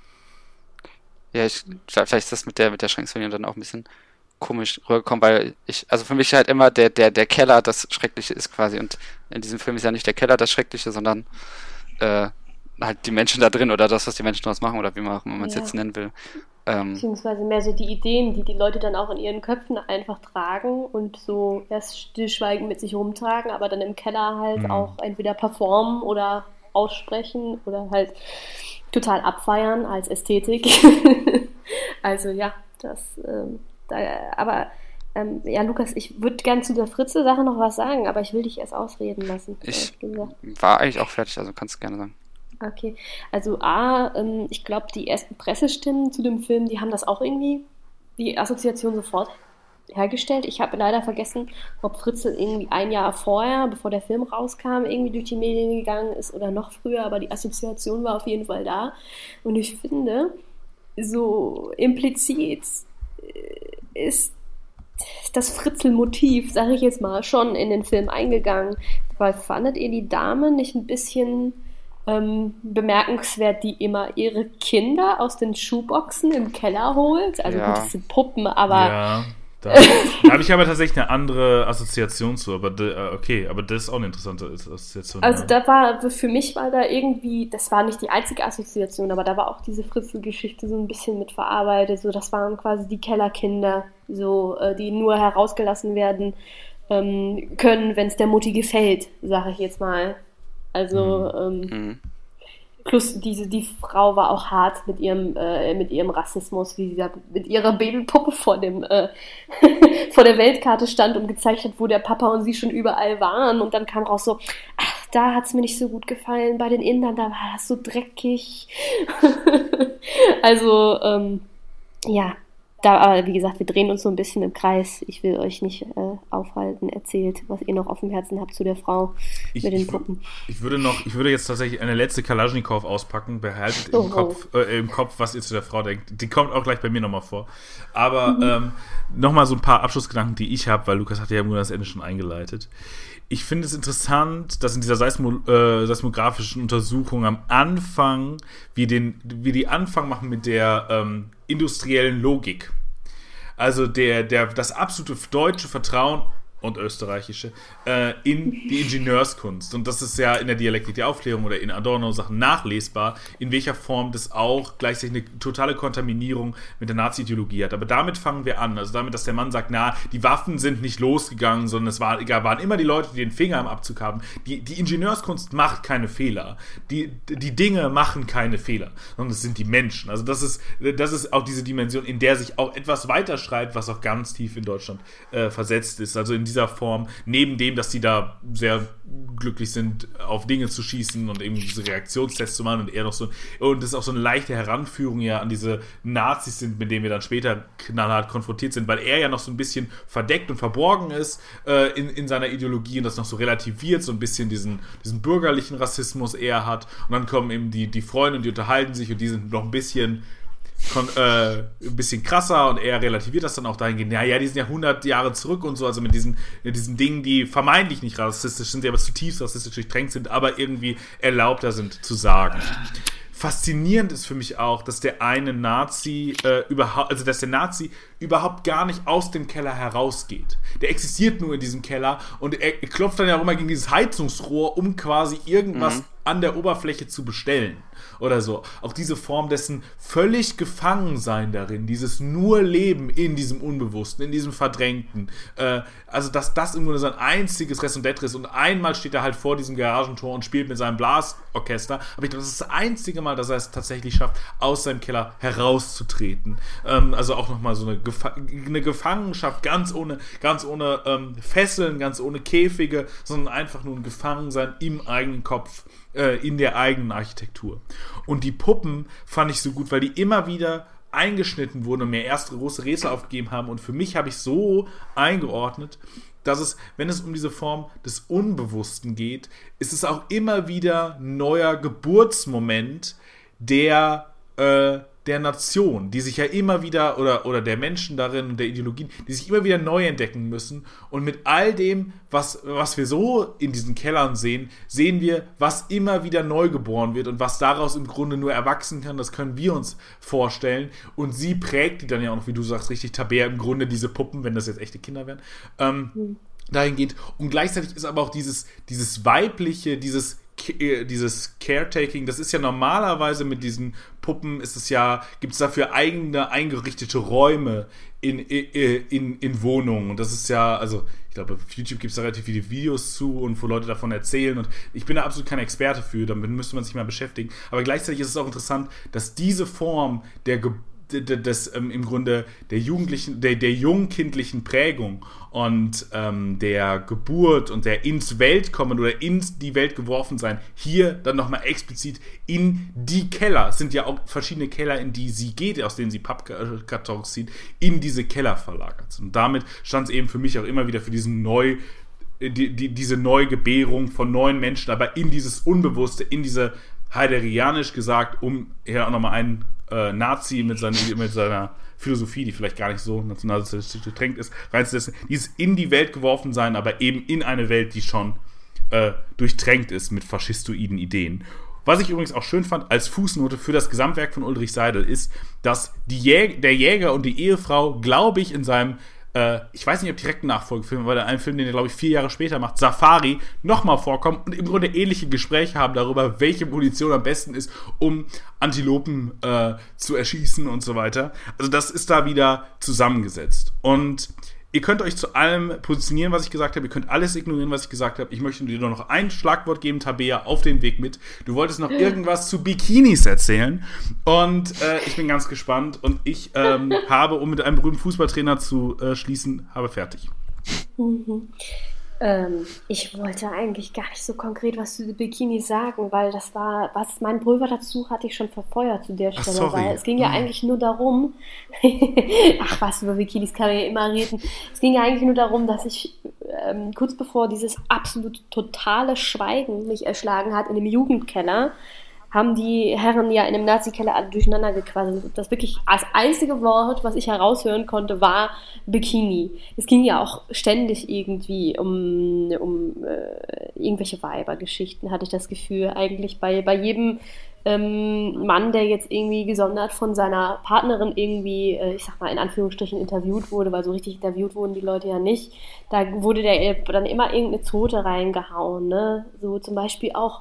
Ja, ich, vielleicht ist das mit der, mit der Schranksfamilie dann auch ein bisschen komisch rübergekommen, weil ich, also für mich halt immer der, der, der Keller das Schreckliche ist quasi, und in diesem Film ist ja nicht der Keller das Schreckliche, sondern äh, halt die Menschen da drin oder das, was die Menschen daraus machen oder wie man auch immer man es Ja. jetzt nennen will. Ähm, Beziehungsweise mehr so die Ideen, die die Leute dann auch in ihren Köpfen einfach tragen und so erst stillschweigend mit sich rumtragen, aber dann im Keller halt Mhm. auch entweder performen oder aussprechen oder halt total abfeiern als Ästhetik. Also ja, das, ähm, da, aber ähm, ja, Lukas, ich würde gern zu der Fritze-Sache noch was sagen, aber ich will dich erst ausreden lassen. ich ehrlich gesagt. war eigentlich auch fertig, also kannst du gerne sagen. Okay, also A, ähm, ich glaube, die ersten Pressestimmen zu dem Film, die haben das auch irgendwie, die Assoziation sofort hergestellt. Ich habe leider vergessen, ob Fritze irgendwie ein Jahr vorher, bevor der Film rauskam, irgendwie durch die Medien gegangen ist oder noch früher, aber die Assoziation war auf jeden Fall da. Und ich finde, so implizit äh, ist das Fritzl-Motiv, sage ich jetzt mal, schon in den Film eingegangen. Weil fandet ihr die Dame nicht ein bisschen ähm, bemerkenswert, die immer ihre Kinder aus den Schuhboxen im Keller holt? Also Ja. gut, das sind Puppen, aber Ja, da, da habe ich aber tatsächlich eine andere Assoziation zu. Aber de, äh, okay, aber das ist auch eine interessante Assoziation. also ja. da war, für mich war da irgendwie, das war nicht die einzige Assoziation, aber da war auch diese Fritzl-Geschichte so ein bisschen mit verarbeitet. So, das waren quasi die Kellerkinder, so, äh, die nur herausgelassen werden ähm, können, wenn es der Mutti gefällt, sage ich jetzt mal. Also, ähm, Mhm. plus diese, die Frau war auch hart mit ihrem, äh, mit ihrem Rassismus, wie sie da mit ihrer Babypuppe vor dem, äh, vor der Weltkarte stand und gezeigt hat, wo der Papa und sie schon überall waren. Und dann kam raus so, ach, da hat's mir nicht so gut gefallen, bei den Indern, da war das so dreckig. Also, ähm, ja, da, aber wie gesagt, wir drehen uns so ein bisschen im Kreis. Ich will euch nicht äh, aufhalten. Erzählt, was ihr noch auf dem Herzen habt zu der Frau Ich, mit den ich, Puppen. ich würde noch, ich würde jetzt tatsächlich eine letzte Kalaschnikow auspacken. Behaltet Oh. im Kopf, äh, im Kopf, was ihr zu der Frau denkt. Die kommt auch gleich bei mir nochmal vor. Aber Mhm. ähm, nochmal so ein paar Abschlussgedanken, die ich habe, weil Lukas hat ja im Grunde das Ende schon eingeleitet. Ich finde es interessant, dass in dieser Seismo, äh, seismografischen Untersuchung am Anfang wir, den, wir die Anfang machen mit der ähm, industriellen Logik. Also der, der, das absolute deutsche Vertrauen und österreichische äh, in die Ingenieurskunst. Und das ist ja in der Dialektik der Aufklärung oder in Adorno-Sachen nachlesbar, in welcher Form das auch gleichzeitig eine totale Kontaminierung mit der Nazi-Ideologie hat. Aber damit fangen wir an. Also damit, dass der Mann sagt, na, die Waffen sind nicht losgegangen, sondern es war, waren immer die Leute, die den Finger am Abzug haben. Die, die Ingenieurskunst macht keine Fehler. Die, die Dinge machen keine Fehler, sondern es sind die Menschen. Also das ist, das ist auch diese Dimension, in der sich auch etwas weiterschreibt, was auch ganz tief in Deutschland äh, versetzt ist. Also in dieser Form, neben dem, dass die da sehr glücklich sind, auf Dinge zu schießen und eben diese Reaktionstests zu machen und er noch so, und das ist auch so eine leichte Heranführung ja an diese Nazis sind, mit denen wir dann später knallhart konfrontiert sind, weil er ja noch so ein bisschen verdeckt und verborgen ist äh, in, in seiner Ideologie und das noch so relativiert, so ein bisschen diesen, diesen bürgerlichen Rassismus eher hat, und dann kommen eben die, die Freunde und die unterhalten sich und die sind noch ein bisschen Kon- äh, ein bisschen krasser und er relativiert das dann auch dahingehend, naja, die sind ja hundert Jahre zurück und so, also mit diesen, mit diesen Dingen, die vermeintlich nicht rassistisch sind, die aber zutiefst rassistisch durchtränkt sind, aber irgendwie erlaubter sind zu sagen. Faszinierend ist für mich auch, dass der eine Nazi äh, überhaupt, also dass der Nazi überhaupt gar nicht aus dem Keller herausgeht. Der existiert nur in diesem Keller und er klopft dann ja auch immer gegen dieses Heizungsrohr, um quasi irgendwas Mhm. an der Oberfläche zu bestellen oder so. Auch diese Form dessen völlig Gefangensein darin, dieses nur Leben in diesem Unbewussten, in diesem Verdrängten. Äh, also, dass das im Grunde sein einziges Raison d'être ist und einmal steht er halt vor diesem Garagentor und spielt mit seinem Blasorchester, aber ich glaube, das ist das einzige Mal, dass er es tatsächlich schafft, aus seinem Keller herauszutreten. Ähm, also auch nochmal so eine, Gefa- eine Gefangenschaft, ganz ohne, ganz ohne ähm, Fesseln, ganz ohne Käfige, sondern einfach nur ein Gefangensein im eigenen Kopf, in der eigenen Architektur. Und die Puppen fand ich so gut, weil die immer wieder eingeschnitten wurden und mir erst große Rätsel aufgegeben haben. Und für mich habe ich so eingeordnet, dass es, wenn es um diese Form des Unbewussten geht, ist es auch immer wieder ein neuer Geburtsmoment der, äh, der Nation, die sich ja immer wieder, oder, oder der Menschen darin und der Ideologien, die sich immer wieder neu entdecken müssen. Und mit all dem, was, was wir so in diesen Kellern sehen, sehen wir, was immer wieder neu geboren wird und was daraus im Grunde nur erwachsen kann, das können wir uns vorstellen. Und sie prägt die dann ja auch noch, wie du sagst, richtig, Tabea, im Grunde diese Puppen, wenn das jetzt echte Kinder wären, ähm, mhm. dahingehend. Und gleichzeitig ist aber auch dieses, dieses weibliche, dieses dieses Caretaking, das ist ja normalerweise mit diesen Puppen, ist es ja, gibt es dafür eigene eingerichtete Räume in, in, in, in Wohnungen. Und das ist ja, also ich glaube, auf YouTube gibt es da relativ viele Videos zu und wo Leute davon erzählen. Und ich bin da absolut kein Experte für, damit müsste man sich mal beschäftigen. Aber gleichzeitig ist es auch interessant, dass diese Form der Geburt des ähm, im Grunde der jugendlichen, der, der jungkindlichen Prägung und ähm, der Geburt und der ins Welt kommen oder ins die Welt geworfen sein, hier dann nochmal explizit in die Keller, es sind ja auch verschiedene Keller, in die sie geht, aus denen sie Pappkartons zieht, in diese Keller verlagert sind. Und damit stand es eben für mich auch immer wieder für diesen neu die, die, diese Neugebärung von neuen Menschen, aber in dieses Unbewusste, in diese heideggerianisch gesagt, um hier auch nochmal einen äh, Nazi mit, seinen, mit seiner Philosophie, die vielleicht gar nicht so nationalsozialistisch getränkt ist, reinzusetzen, dieses in die Welt geworfen sein, aber eben in eine Welt, die schon äh, durchtränkt ist mit faschistoiden Ideen. Was ich übrigens auch schön fand, als Fußnote für das Gesamtwerk von Ulrich Seidel, ist, dass die Jäger, der Jäger und die Ehefrau, glaube ich, in seinem Äh, ich weiß nicht, ob direkt ein Nachfolgefilm, weil der einen Film, den er, glaube ich, vier Jahre später macht, Safari, nochmal vorkommt und im Grunde ähnliche Gespräche haben darüber, welche Munition am besten ist, um Antilopen äh, zu erschießen und so weiter. Also das ist da wieder zusammengesetzt. Und ihr könnt euch zu allem positionieren, was ich gesagt habe. Ihr könnt alles ignorieren, was ich gesagt habe. Ich möchte dir nur noch ein Schlagwort geben, Tabea, auf den Weg mit. Du wolltest noch irgendwas zu Bikinis erzählen. Und äh, ich bin ganz gespannt. Und ich ähm, habe, um mit einem berühmten Fußballtrainer zu äh, schließen, habe fertig. Mhm. Ähm, ich wollte eigentlich gar nicht so konkret was zu den Bikinis sagen, weil das war, was mein Pulver dazu hatte ich schon verfeuert zu der Ach, Stelle, sorry. weil es ging ja Hm. eigentlich nur darum, ach was, über Bikinis kann man ja immer reden, es ging ja eigentlich nur darum, dass ich ähm, kurz bevor dieses absolut totale Schweigen mich erschlagen hat in dem Jugendkeller, haben die Herren ja in dem Nazi-Keller alle durcheinander gequasselt. Das wirklich, das einzige Wort, was ich heraushören konnte, war Bikini. Es ging ja auch ständig irgendwie um, um äh, irgendwelche Weibergeschichten, hatte ich das Gefühl. Eigentlich bei, bei jedem ähm, Mann, der jetzt irgendwie gesondert von seiner Partnerin irgendwie, äh, ich sag mal in Anführungsstrichen, interviewt wurde, weil so richtig interviewt wurden die Leute ja nicht, da wurde der dann immer irgendeine Zote reingehauen, ne? So zum Beispiel auch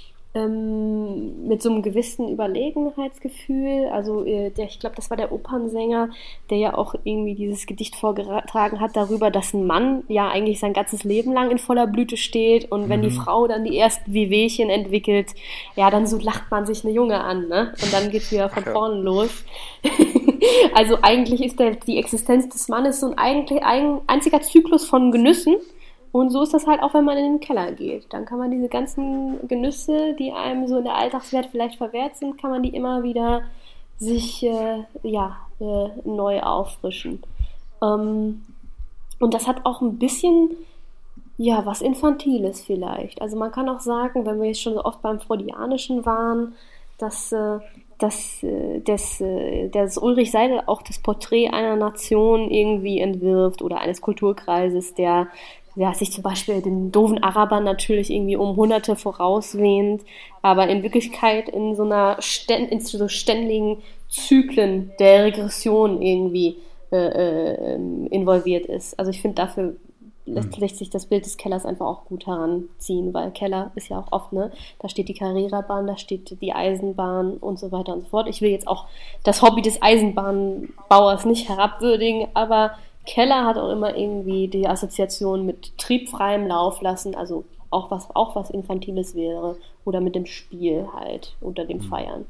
Ähm, mit so einem gewissen Überlegenheitsgefühl, also äh, der, ich glaube, das war der Opernsänger, der ja auch irgendwie dieses Gedicht vorgetragen hat darüber, dass ein Mann ja eigentlich sein ganzes Leben lang in voller Blüte steht und wenn Mhm. die Frau dann die ersten Wehwehchen entwickelt, ja, dann so lacht man sich eine Junge an, ne? Und dann geht's wieder von Ach ja. vorne los. Also eigentlich ist der, die Existenz des Mannes so ein eigentlich ein einziger Zyklus von Genüssen. Und so ist das halt auch, wenn man in den Keller geht. Dann kann man diese ganzen Genüsse, die einem so in der Alltagswelt vielleicht verwehrt sind, kann man die immer wieder sich äh, ja, äh, neu auffrischen. Ähm, und das hat auch ein bisschen, ja, was Infantiles vielleicht. Also man kann auch sagen, wenn wir jetzt schon so oft beim Freudianischen waren, dass, äh, dass, äh, dass, äh, dass Ulrich Seidel auch das Porträt einer Nation irgendwie entwirft oder eines Kulturkreises, der ja, sich zum Beispiel den doofen Arabern natürlich irgendwie um Hunderte vorauswähnt, aber in Wirklichkeit in so einer ständ, in so ständigen Zyklen der Regression irgendwie äh, äh, involviert ist. Also ich finde, dafür lässt, lässt sich das Bild des Kellers einfach auch gut heranziehen, weil Keller ist ja auch oft, ne, da steht die Carrera-Bahn, da steht die Eisenbahn und so weiter und so fort. Ich will jetzt auch das Hobby des Eisenbahnbauers nicht herabwürdigen, aber Keller hat auch immer irgendwie die Assoziation mit triebfreiem Lauf lassen, also auch was, auch was Infantiles wäre, oder mit dem Spiel halt, unter dem Feiern.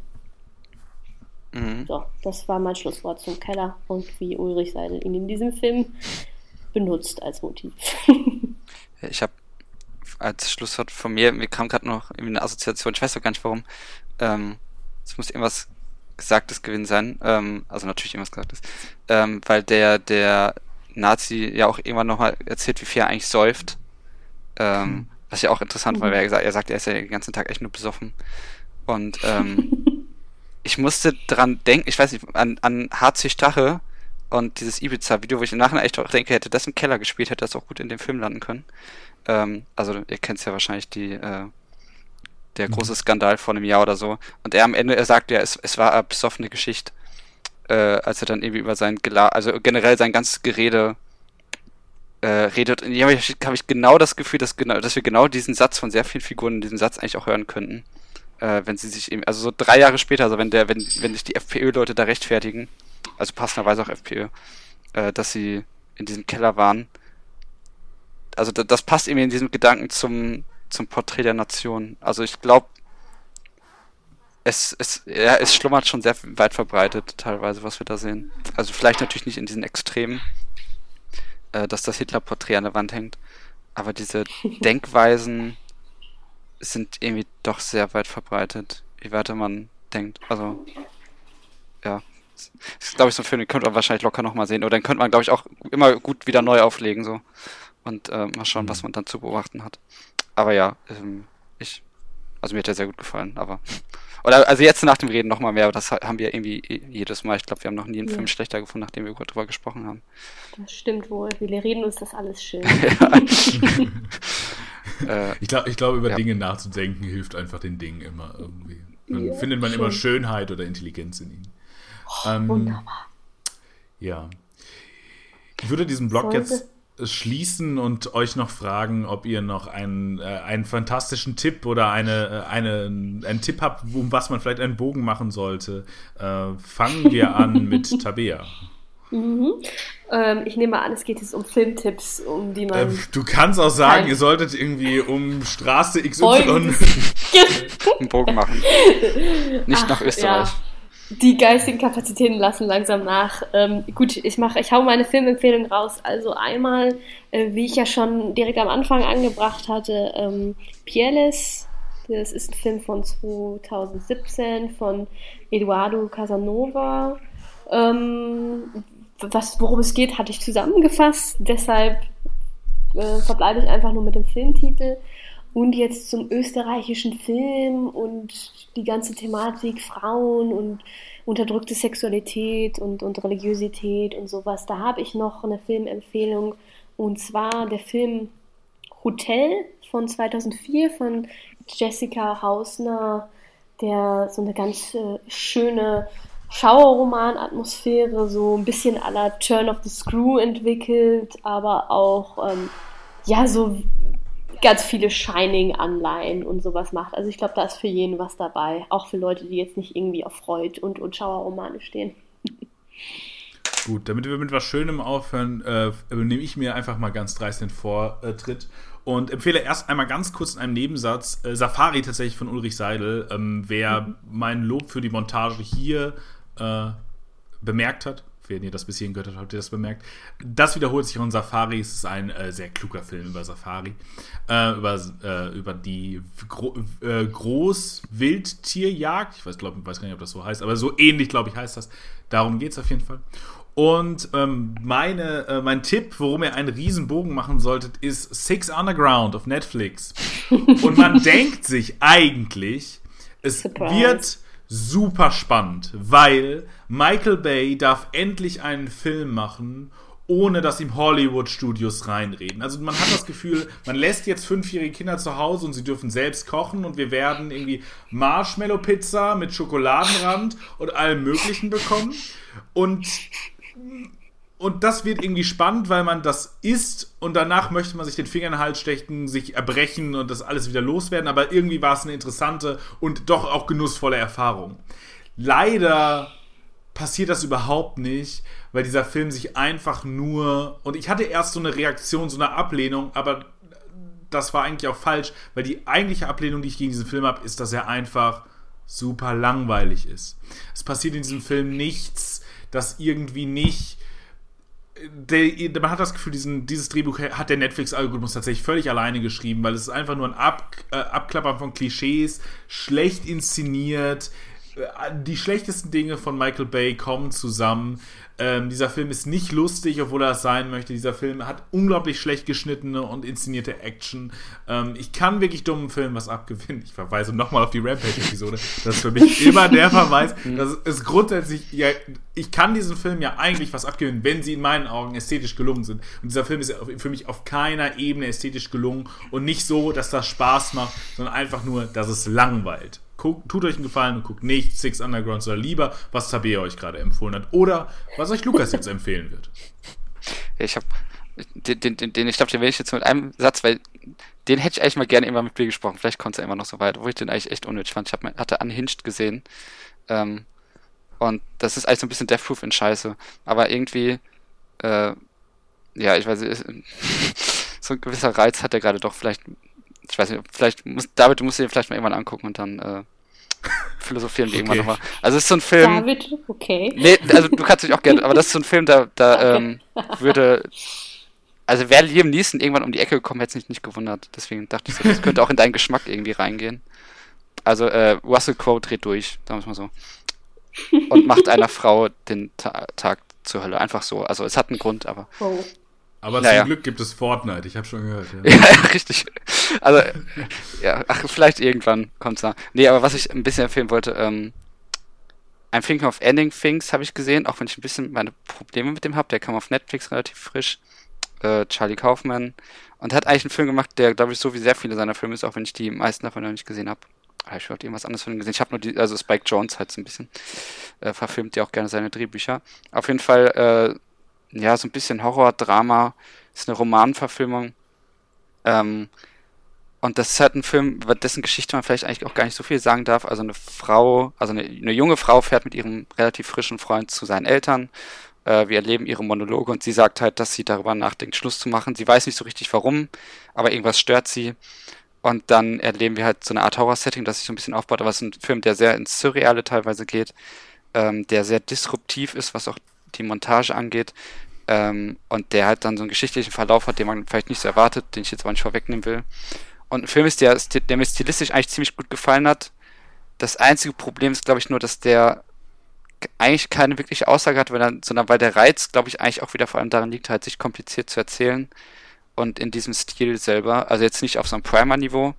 Mhm. So, das war mein Schlusswort zum Keller und wie Ulrich Seidel ihn in diesem Film benutzt als Motiv. Ich habe als Schlusswort von mir, mir kam gerade noch irgendwie eine Assoziation, ich weiß doch gar nicht warum, ähm, es muss irgendwas Gesagtes gewesen sein, ähm, also natürlich irgendwas Gesagtes, ähm, weil der, der Nazi ja auch irgendwann nochmal erzählt, wie viel er eigentlich säuft. Ähm, hm. Was ja auch interessant war, weil er gesagt, er sagt, er ist ja den ganzen Tag echt nur besoffen. Und ähm, ich musste dran denken, ich weiß nicht, an, an H C Stache und dieses Ibiza-Video, wo ich im Nachhinein echt auch denke, hätte das im Keller gespielt, hätte das auch gut in dem Film landen können. Ähm, also ihr kennt es ja wahrscheinlich, die äh, der große Skandal vor einem Jahr oder so. Und er am Ende, er sagt ja, es, es war eine besoffene Geschichte, äh, als er dann irgendwie über sein Gela- also generell sein ganzes Gerede äh, redet. Und hier habe ich, hab ich genau das Gefühl, dass, genau, dass wir genau diesen Satz von sehr vielen Figuren in diesem Satz eigentlich auch hören könnten. Äh, wenn sie sich eben, also so drei Jahre später, also wenn der, wenn, wenn sich die FPÖ-Leute da rechtfertigen, also passenderweise auch FPÖ, äh, dass sie in diesem Keller waren. Also das, das passt irgendwie in diesem Gedanken zum zum Porträt der Nation. Also ich glaube, es, es, ja, es schlummert schon sehr weit verbreitet, teilweise, was wir da sehen. Also vielleicht natürlich nicht in diesen Extremen, äh, dass das Hitler-Porträt an der Wand hängt, aber diese Denkweisen sind irgendwie doch sehr weit verbreitet, wie weiter man denkt. Also, ja. Das ist, glaube ich, so ein Film, den könnte man wahrscheinlich locker nochmal sehen. Oder den könnte man, glaube ich, auch immer gut wieder neu auflegen, so. Und äh, mal schauen, was man dann zu beobachten hat. Aber ja, ähm, ich, also mir hat der sehr gut gefallen, aber, oder, also jetzt nach dem Reden nochmal mehr, aber das haben wir irgendwie jedes Mal, ich glaube, wir haben noch nie einen ja. Film schlechter gefunden, nachdem wir drüber gesprochen haben. Das stimmt wohl, wir reden uns das alles schön. äh, ich glaube, ich glaub, über ja. Dinge nachzudenken hilft einfach den Dingen immer irgendwie. Dann ja, findet man schön. immer Schönheit oder Intelligenz in ihnen. Oh, ähm, wunderbar. Ja. Ich würde diesen Blog Sollte. jetzt schließen und euch noch fragen, ob ihr noch einen, äh, einen fantastischen Tipp oder eine, eine, einen Tipp habt, um was man vielleicht einen Bogen machen sollte. Äh, fangen wir an mit Tabea. Mhm. Ähm, ich nehme an, es geht jetzt um Filmtipps, um die man... Ähm, du kannst auch sagen, ihr solltet irgendwie um Straße X Y einen Bogen machen. Nicht Ach, nach Österreich. Ja. Die geistigen Kapazitäten lassen langsam nach. Ähm, gut, ich mache, ich hau meine Filmempfehlung raus. Also einmal, äh, wie ich ja schon direkt am Anfang angebracht hatte, ähm, Pieles. Das ist ein Film von zwanzig siebzehn von Eduardo Casanova. Ähm, was, worum es geht, hatte ich zusammengefasst. Deshalb äh, verbleibe ich einfach nur mit dem Filmtitel. Und jetzt zum österreichischen Film und die ganze Thematik Frauen und unterdrückte Sexualität und, und Religiosität und sowas. Da habe ich noch eine Filmempfehlung, und zwar der Film Hotel von zweitausendvier von Jessica Hausner, der so eine ganz äh, schöne Schauerroman-Atmosphäre, so ein bisschen à la Turn of the Screw entwickelt, aber auch ähm, ja so ganz viele Shining-Anleihen und sowas macht. Also ich glaube, da ist für jeden was dabei. Auch für Leute, die jetzt nicht irgendwie auf Freud und, und Schauerromane stehen. Gut, damit wir mit was Schönem aufhören, äh, nehme ich mir einfach mal ganz dreist den Vortritt und empfehle erst einmal ganz kurz in einem Nebensatz äh, Safari tatsächlich von Ulrich Seidel. Ähm, wer mhm. mein Lob für die Montage hier äh, bemerkt hat, wenn ihr das bis hierhin gehört habt, habt ihr das bemerkt. Das wiederholt sich auch in Safari. Es ist ein äh, sehr kluger Film über Safari. Äh, über, äh, über die Gro- äh, Großwildtierjagd. Ich weiß, glaub, weiß gar nicht, ob das so heißt, aber so ähnlich, glaube ich, heißt das. Darum geht es auf jeden Fall. Und ähm, meine, äh, mein Tipp, worum ihr einen Riesenbogen machen solltet, ist Six Underground auf Netflix. Und man denkt sich eigentlich, es Surprise. wird super spannend, weil Michael Bay darf endlich einen Film machen, ohne dass ihm Hollywood-Studios reinreden. Also man hat das Gefühl, man lässt jetzt fünfjährige Kinder zu Hause und sie dürfen selbst kochen und wir werden irgendwie Marshmallow-Pizza mit Schokoladenrand und allem Möglichen bekommen. Und Und das wird irgendwie spannend, weil man das isst und danach möchte man sich den Finger in den Hals stechen, sich erbrechen und das alles wieder loswerden. Aber irgendwie war es eine interessante und doch auch genussvolle Erfahrung. Leider passiert das überhaupt nicht, weil dieser Film sich einfach nur... Und ich hatte erst so eine Reaktion, so eine Ablehnung, aber das war eigentlich auch falsch, weil die eigentliche Ablehnung, die ich gegen diesen Film habe, ist, dass er einfach super langweilig ist. Es passiert in diesem Film nichts, das irgendwie nicht... Der, man hat das Gefühl, diesen, dieses Drehbuch hat der Netflix-Algorithmus tatsächlich völlig alleine geschrieben, weil es ist einfach nur ein Ab, äh, Abklappern von Klischees, schlecht inszeniert, die schlechtesten Dinge von Michael Bay kommen zusammen. Ähm, dieser Film ist nicht lustig, obwohl er es sein möchte. Dieser Film hat unglaublich schlecht geschnittene und inszenierte Action. Ähm, ich kann wirklich dummen Filmen was abgewinnen. Ich verweise nochmal auf die Rampage-Episode. Das ist für mich immer der Verweis. Das ist grundsätzlich, ja, ich kann diesen Film ja eigentlich was abgewinnen, wenn sie in meinen Augen ästhetisch gelungen sind. Und dieser Film ist für mich auf keiner Ebene ästhetisch gelungen und nicht so, dass das Spaß macht, sondern einfach nur, dass es langweilt. Guckt, tut euch einen Gefallen und guckt nicht Six Undergrounds oder lieber, was Tabea euch gerade empfohlen hat. Oder was euch Lukas jetzt empfehlen wird. Ich habe den, den, den, den, ich glaube, den will ich jetzt mit einem Satz, weil den hätte ich eigentlich mal gerne immer mit Bill gesprochen. Vielleicht kommt es ja immer noch so weit, wo ich den eigentlich echt unnötig fand. Ich hab, hatte Unhinged gesehen. Ähm, und das ist eigentlich so ein bisschen Death Proof in Scheiße. Aber irgendwie, äh, ja, ich weiß nicht, so ein gewisser Reiz hat er gerade doch vielleicht. Ich weiß nicht, vielleicht muss, David, du musst ihn vielleicht mal irgendwann angucken und dann äh, philosophieren wir okay. irgendwann nochmal. Also es ist so ein Film. David, okay. Nee, also du kannst dich auch gerne, aber das ist so ein Film, da, da okay. ähm, würde. Also wäre Liam Neeson irgendwann um die Ecke gekommen, hätte es mich nicht gewundert. Deswegen dachte ich so, das könnte auch in deinen Geschmack irgendwie reingehen. Also äh, Russell Crowe dreht durch, sagen wir es mal so. Und macht einer Frau den Ta- Tag zur Hölle. Einfach so. Also es hat einen Grund, aber. Oh. Aber naja. zum Glück gibt es Fortnite, ich habe schon gehört. Ja, ja richtig. Also, ja, ach, vielleicht irgendwann kommt's da. Nee, aber was ich ein bisschen empfehlen wollte, ähm, I'm Thinking of Ending Things habe ich gesehen, auch wenn ich ein bisschen meine Probleme mit dem habe. Der kam auf Netflix relativ frisch. Äh, Charlie Kaufman. Und hat eigentlich einen Film gemacht, der, glaube ich, so wie sehr viele seiner Filme ist, auch wenn ich die meisten davon noch nicht gesehen habe. Ah, ich habe irgendwas anderes von ihm gesehen. Ich habe nur die, also Spike Jonze halt so ein bisschen äh, verfilmt ja auch gerne seine Drehbücher. Auf jeden Fall, äh, ja, so ein bisschen Horror, Drama, ist eine Romanverfilmung. Ähm, und das ist halt ein Film, über dessen Geschichte man vielleicht eigentlich auch gar nicht so viel sagen darf. Also eine Frau, also eine, eine junge Frau fährt mit ihrem relativ frischen Freund zu seinen Eltern. Äh, wir erleben ihre Monologe und sie sagt halt, dass sie darüber nachdenkt, Schluss zu machen. Sie weiß nicht so richtig warum, aber irgendwas stört sie. Und dann erleben wir halt so eine Art Horror-Setting, das sich so ein bisschen aufbaut. Aber es ist ein Film, der sehr ins Surreale teilweise geht, ähm, der sehr disruptiv ist, was auch die Montage angeht, ähm, und der halt dann so einen geschichtlichen Verlauf hat, den man vielleicht nicht so erwartet, den ich jetzt aber nicht vorwegnehmen will. Und ein Film ist, der, der mir stilistisch eigentlich ziemlich gut gefallen hat. Das einzige Problem ist, glaube ich, nur, dass der eigentlich keine wirkliche Aussage hat, weil er, sondern weil der Reiz, glaube ich, eigentlich auch wieder vor allem daran liegt, halt sich kompliziert zu erzählen und in diesem Stil selber, also jetzt nicht auf so einem Primer-Niveau,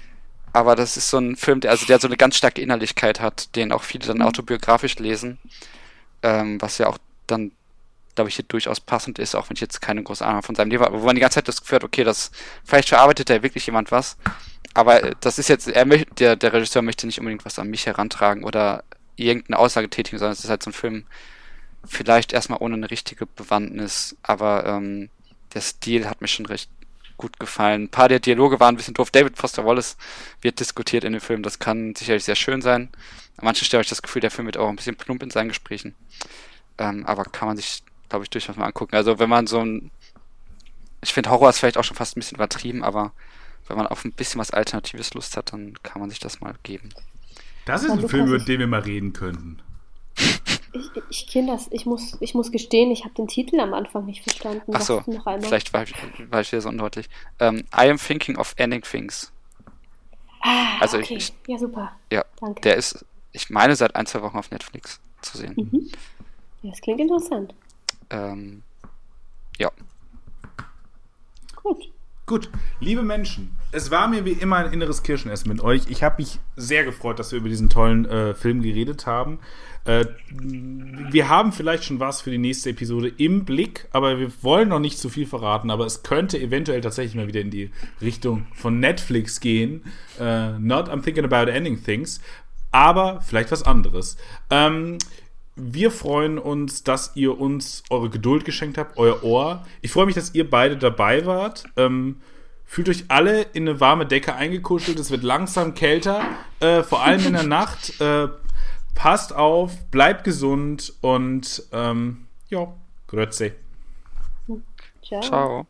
aber das ist so ein Film, der also der so eine ganz starke Innerlichkeit hat, den auch viele dann autobiografisch lesen, ähm, was ja auch dann, glaube ich, hier durchaus passend ist, auch wenn ich jetzt keine große Ahnung von seinem Leben habe, aber wo man die ganze Zeit das Gefühl hat, okay, das, vielleicht verarbeitet da wirklich jemand was, aber das ist jetzt, er möchte, der, der Regisseur möchte nicht unbedingt was an mich herantragen oder irgendeine Aussage tätigen, sondern es ist halt so ein Film, vielleicht erstmal ohne eine richtige Bewandtnis, aber ähm, der Stil hat mir schon recht gut gefallen. Ein paar der Dialoge waren ein bisschen doof. David Foster Wallace wird diskutiert in dem Film, das kann sicherlich sehr schön sein. An manchen Stellen habe ich das Gefühl, der Film wird auch ein bisschen plump in seinen Gesprächen. Ähm, aber kann man sich, glaube ich, durchaus mal angucken. Also wenn man so ein, ich finde Horror ist vielleicht auch schon fast ein bisschen übertrieben, aber wenn man auf ein bisschen was Alternatives Lust hat, dann kann man sich das mal geben. Das ist ein Film, über den wir mal reden könnten. Ich, ich kenne das. Ich muss, ich muss gestehen, ich habe den Titel am Anfang nicht verstanden. Ach so, vielleicht war ich, war ich wieder so undeutlich. Um, I am thinking of ending things. Ah, also okay. Ich, ja, super. Ja, danke. Der ist, ich meine, seit ein, zwei Wochen auf Netflix zu sehen. Mhm. Ja, das klingt interessant. Ähm, ja. Gut. Gut, liebe Menschen, es war mir wie immer ein inneres Kirschenessen mit euch. Ich habe mich sehr gefreut, dass wir über diesen tollen äh, Film geredet haben. Äh, wir haben vielleicht schon was für die nächste Episode im Blick, aber wir wollen noch nicht zu viel verraten. Aber es könnte eventuell tatsächlich mal wieder in die Richtung von Netflix gehen. Äh, not I'm thinking about ending things, aber vielleicht was anderes. Ähm, Wir freuen uns, dass ihr uns eure Geduld geschenkt habt, euer Ohr. Ich freue mich, dass ihr beide dabei wart. Ähm, fühlt euch alle in eine warme Decke eingekuschelt. Es wird langsam kälter, äh, vor allem in der Nacht. Äh, passt auf, bleibt gesund und ähm, ja, grüezi. Ciao. Ciao.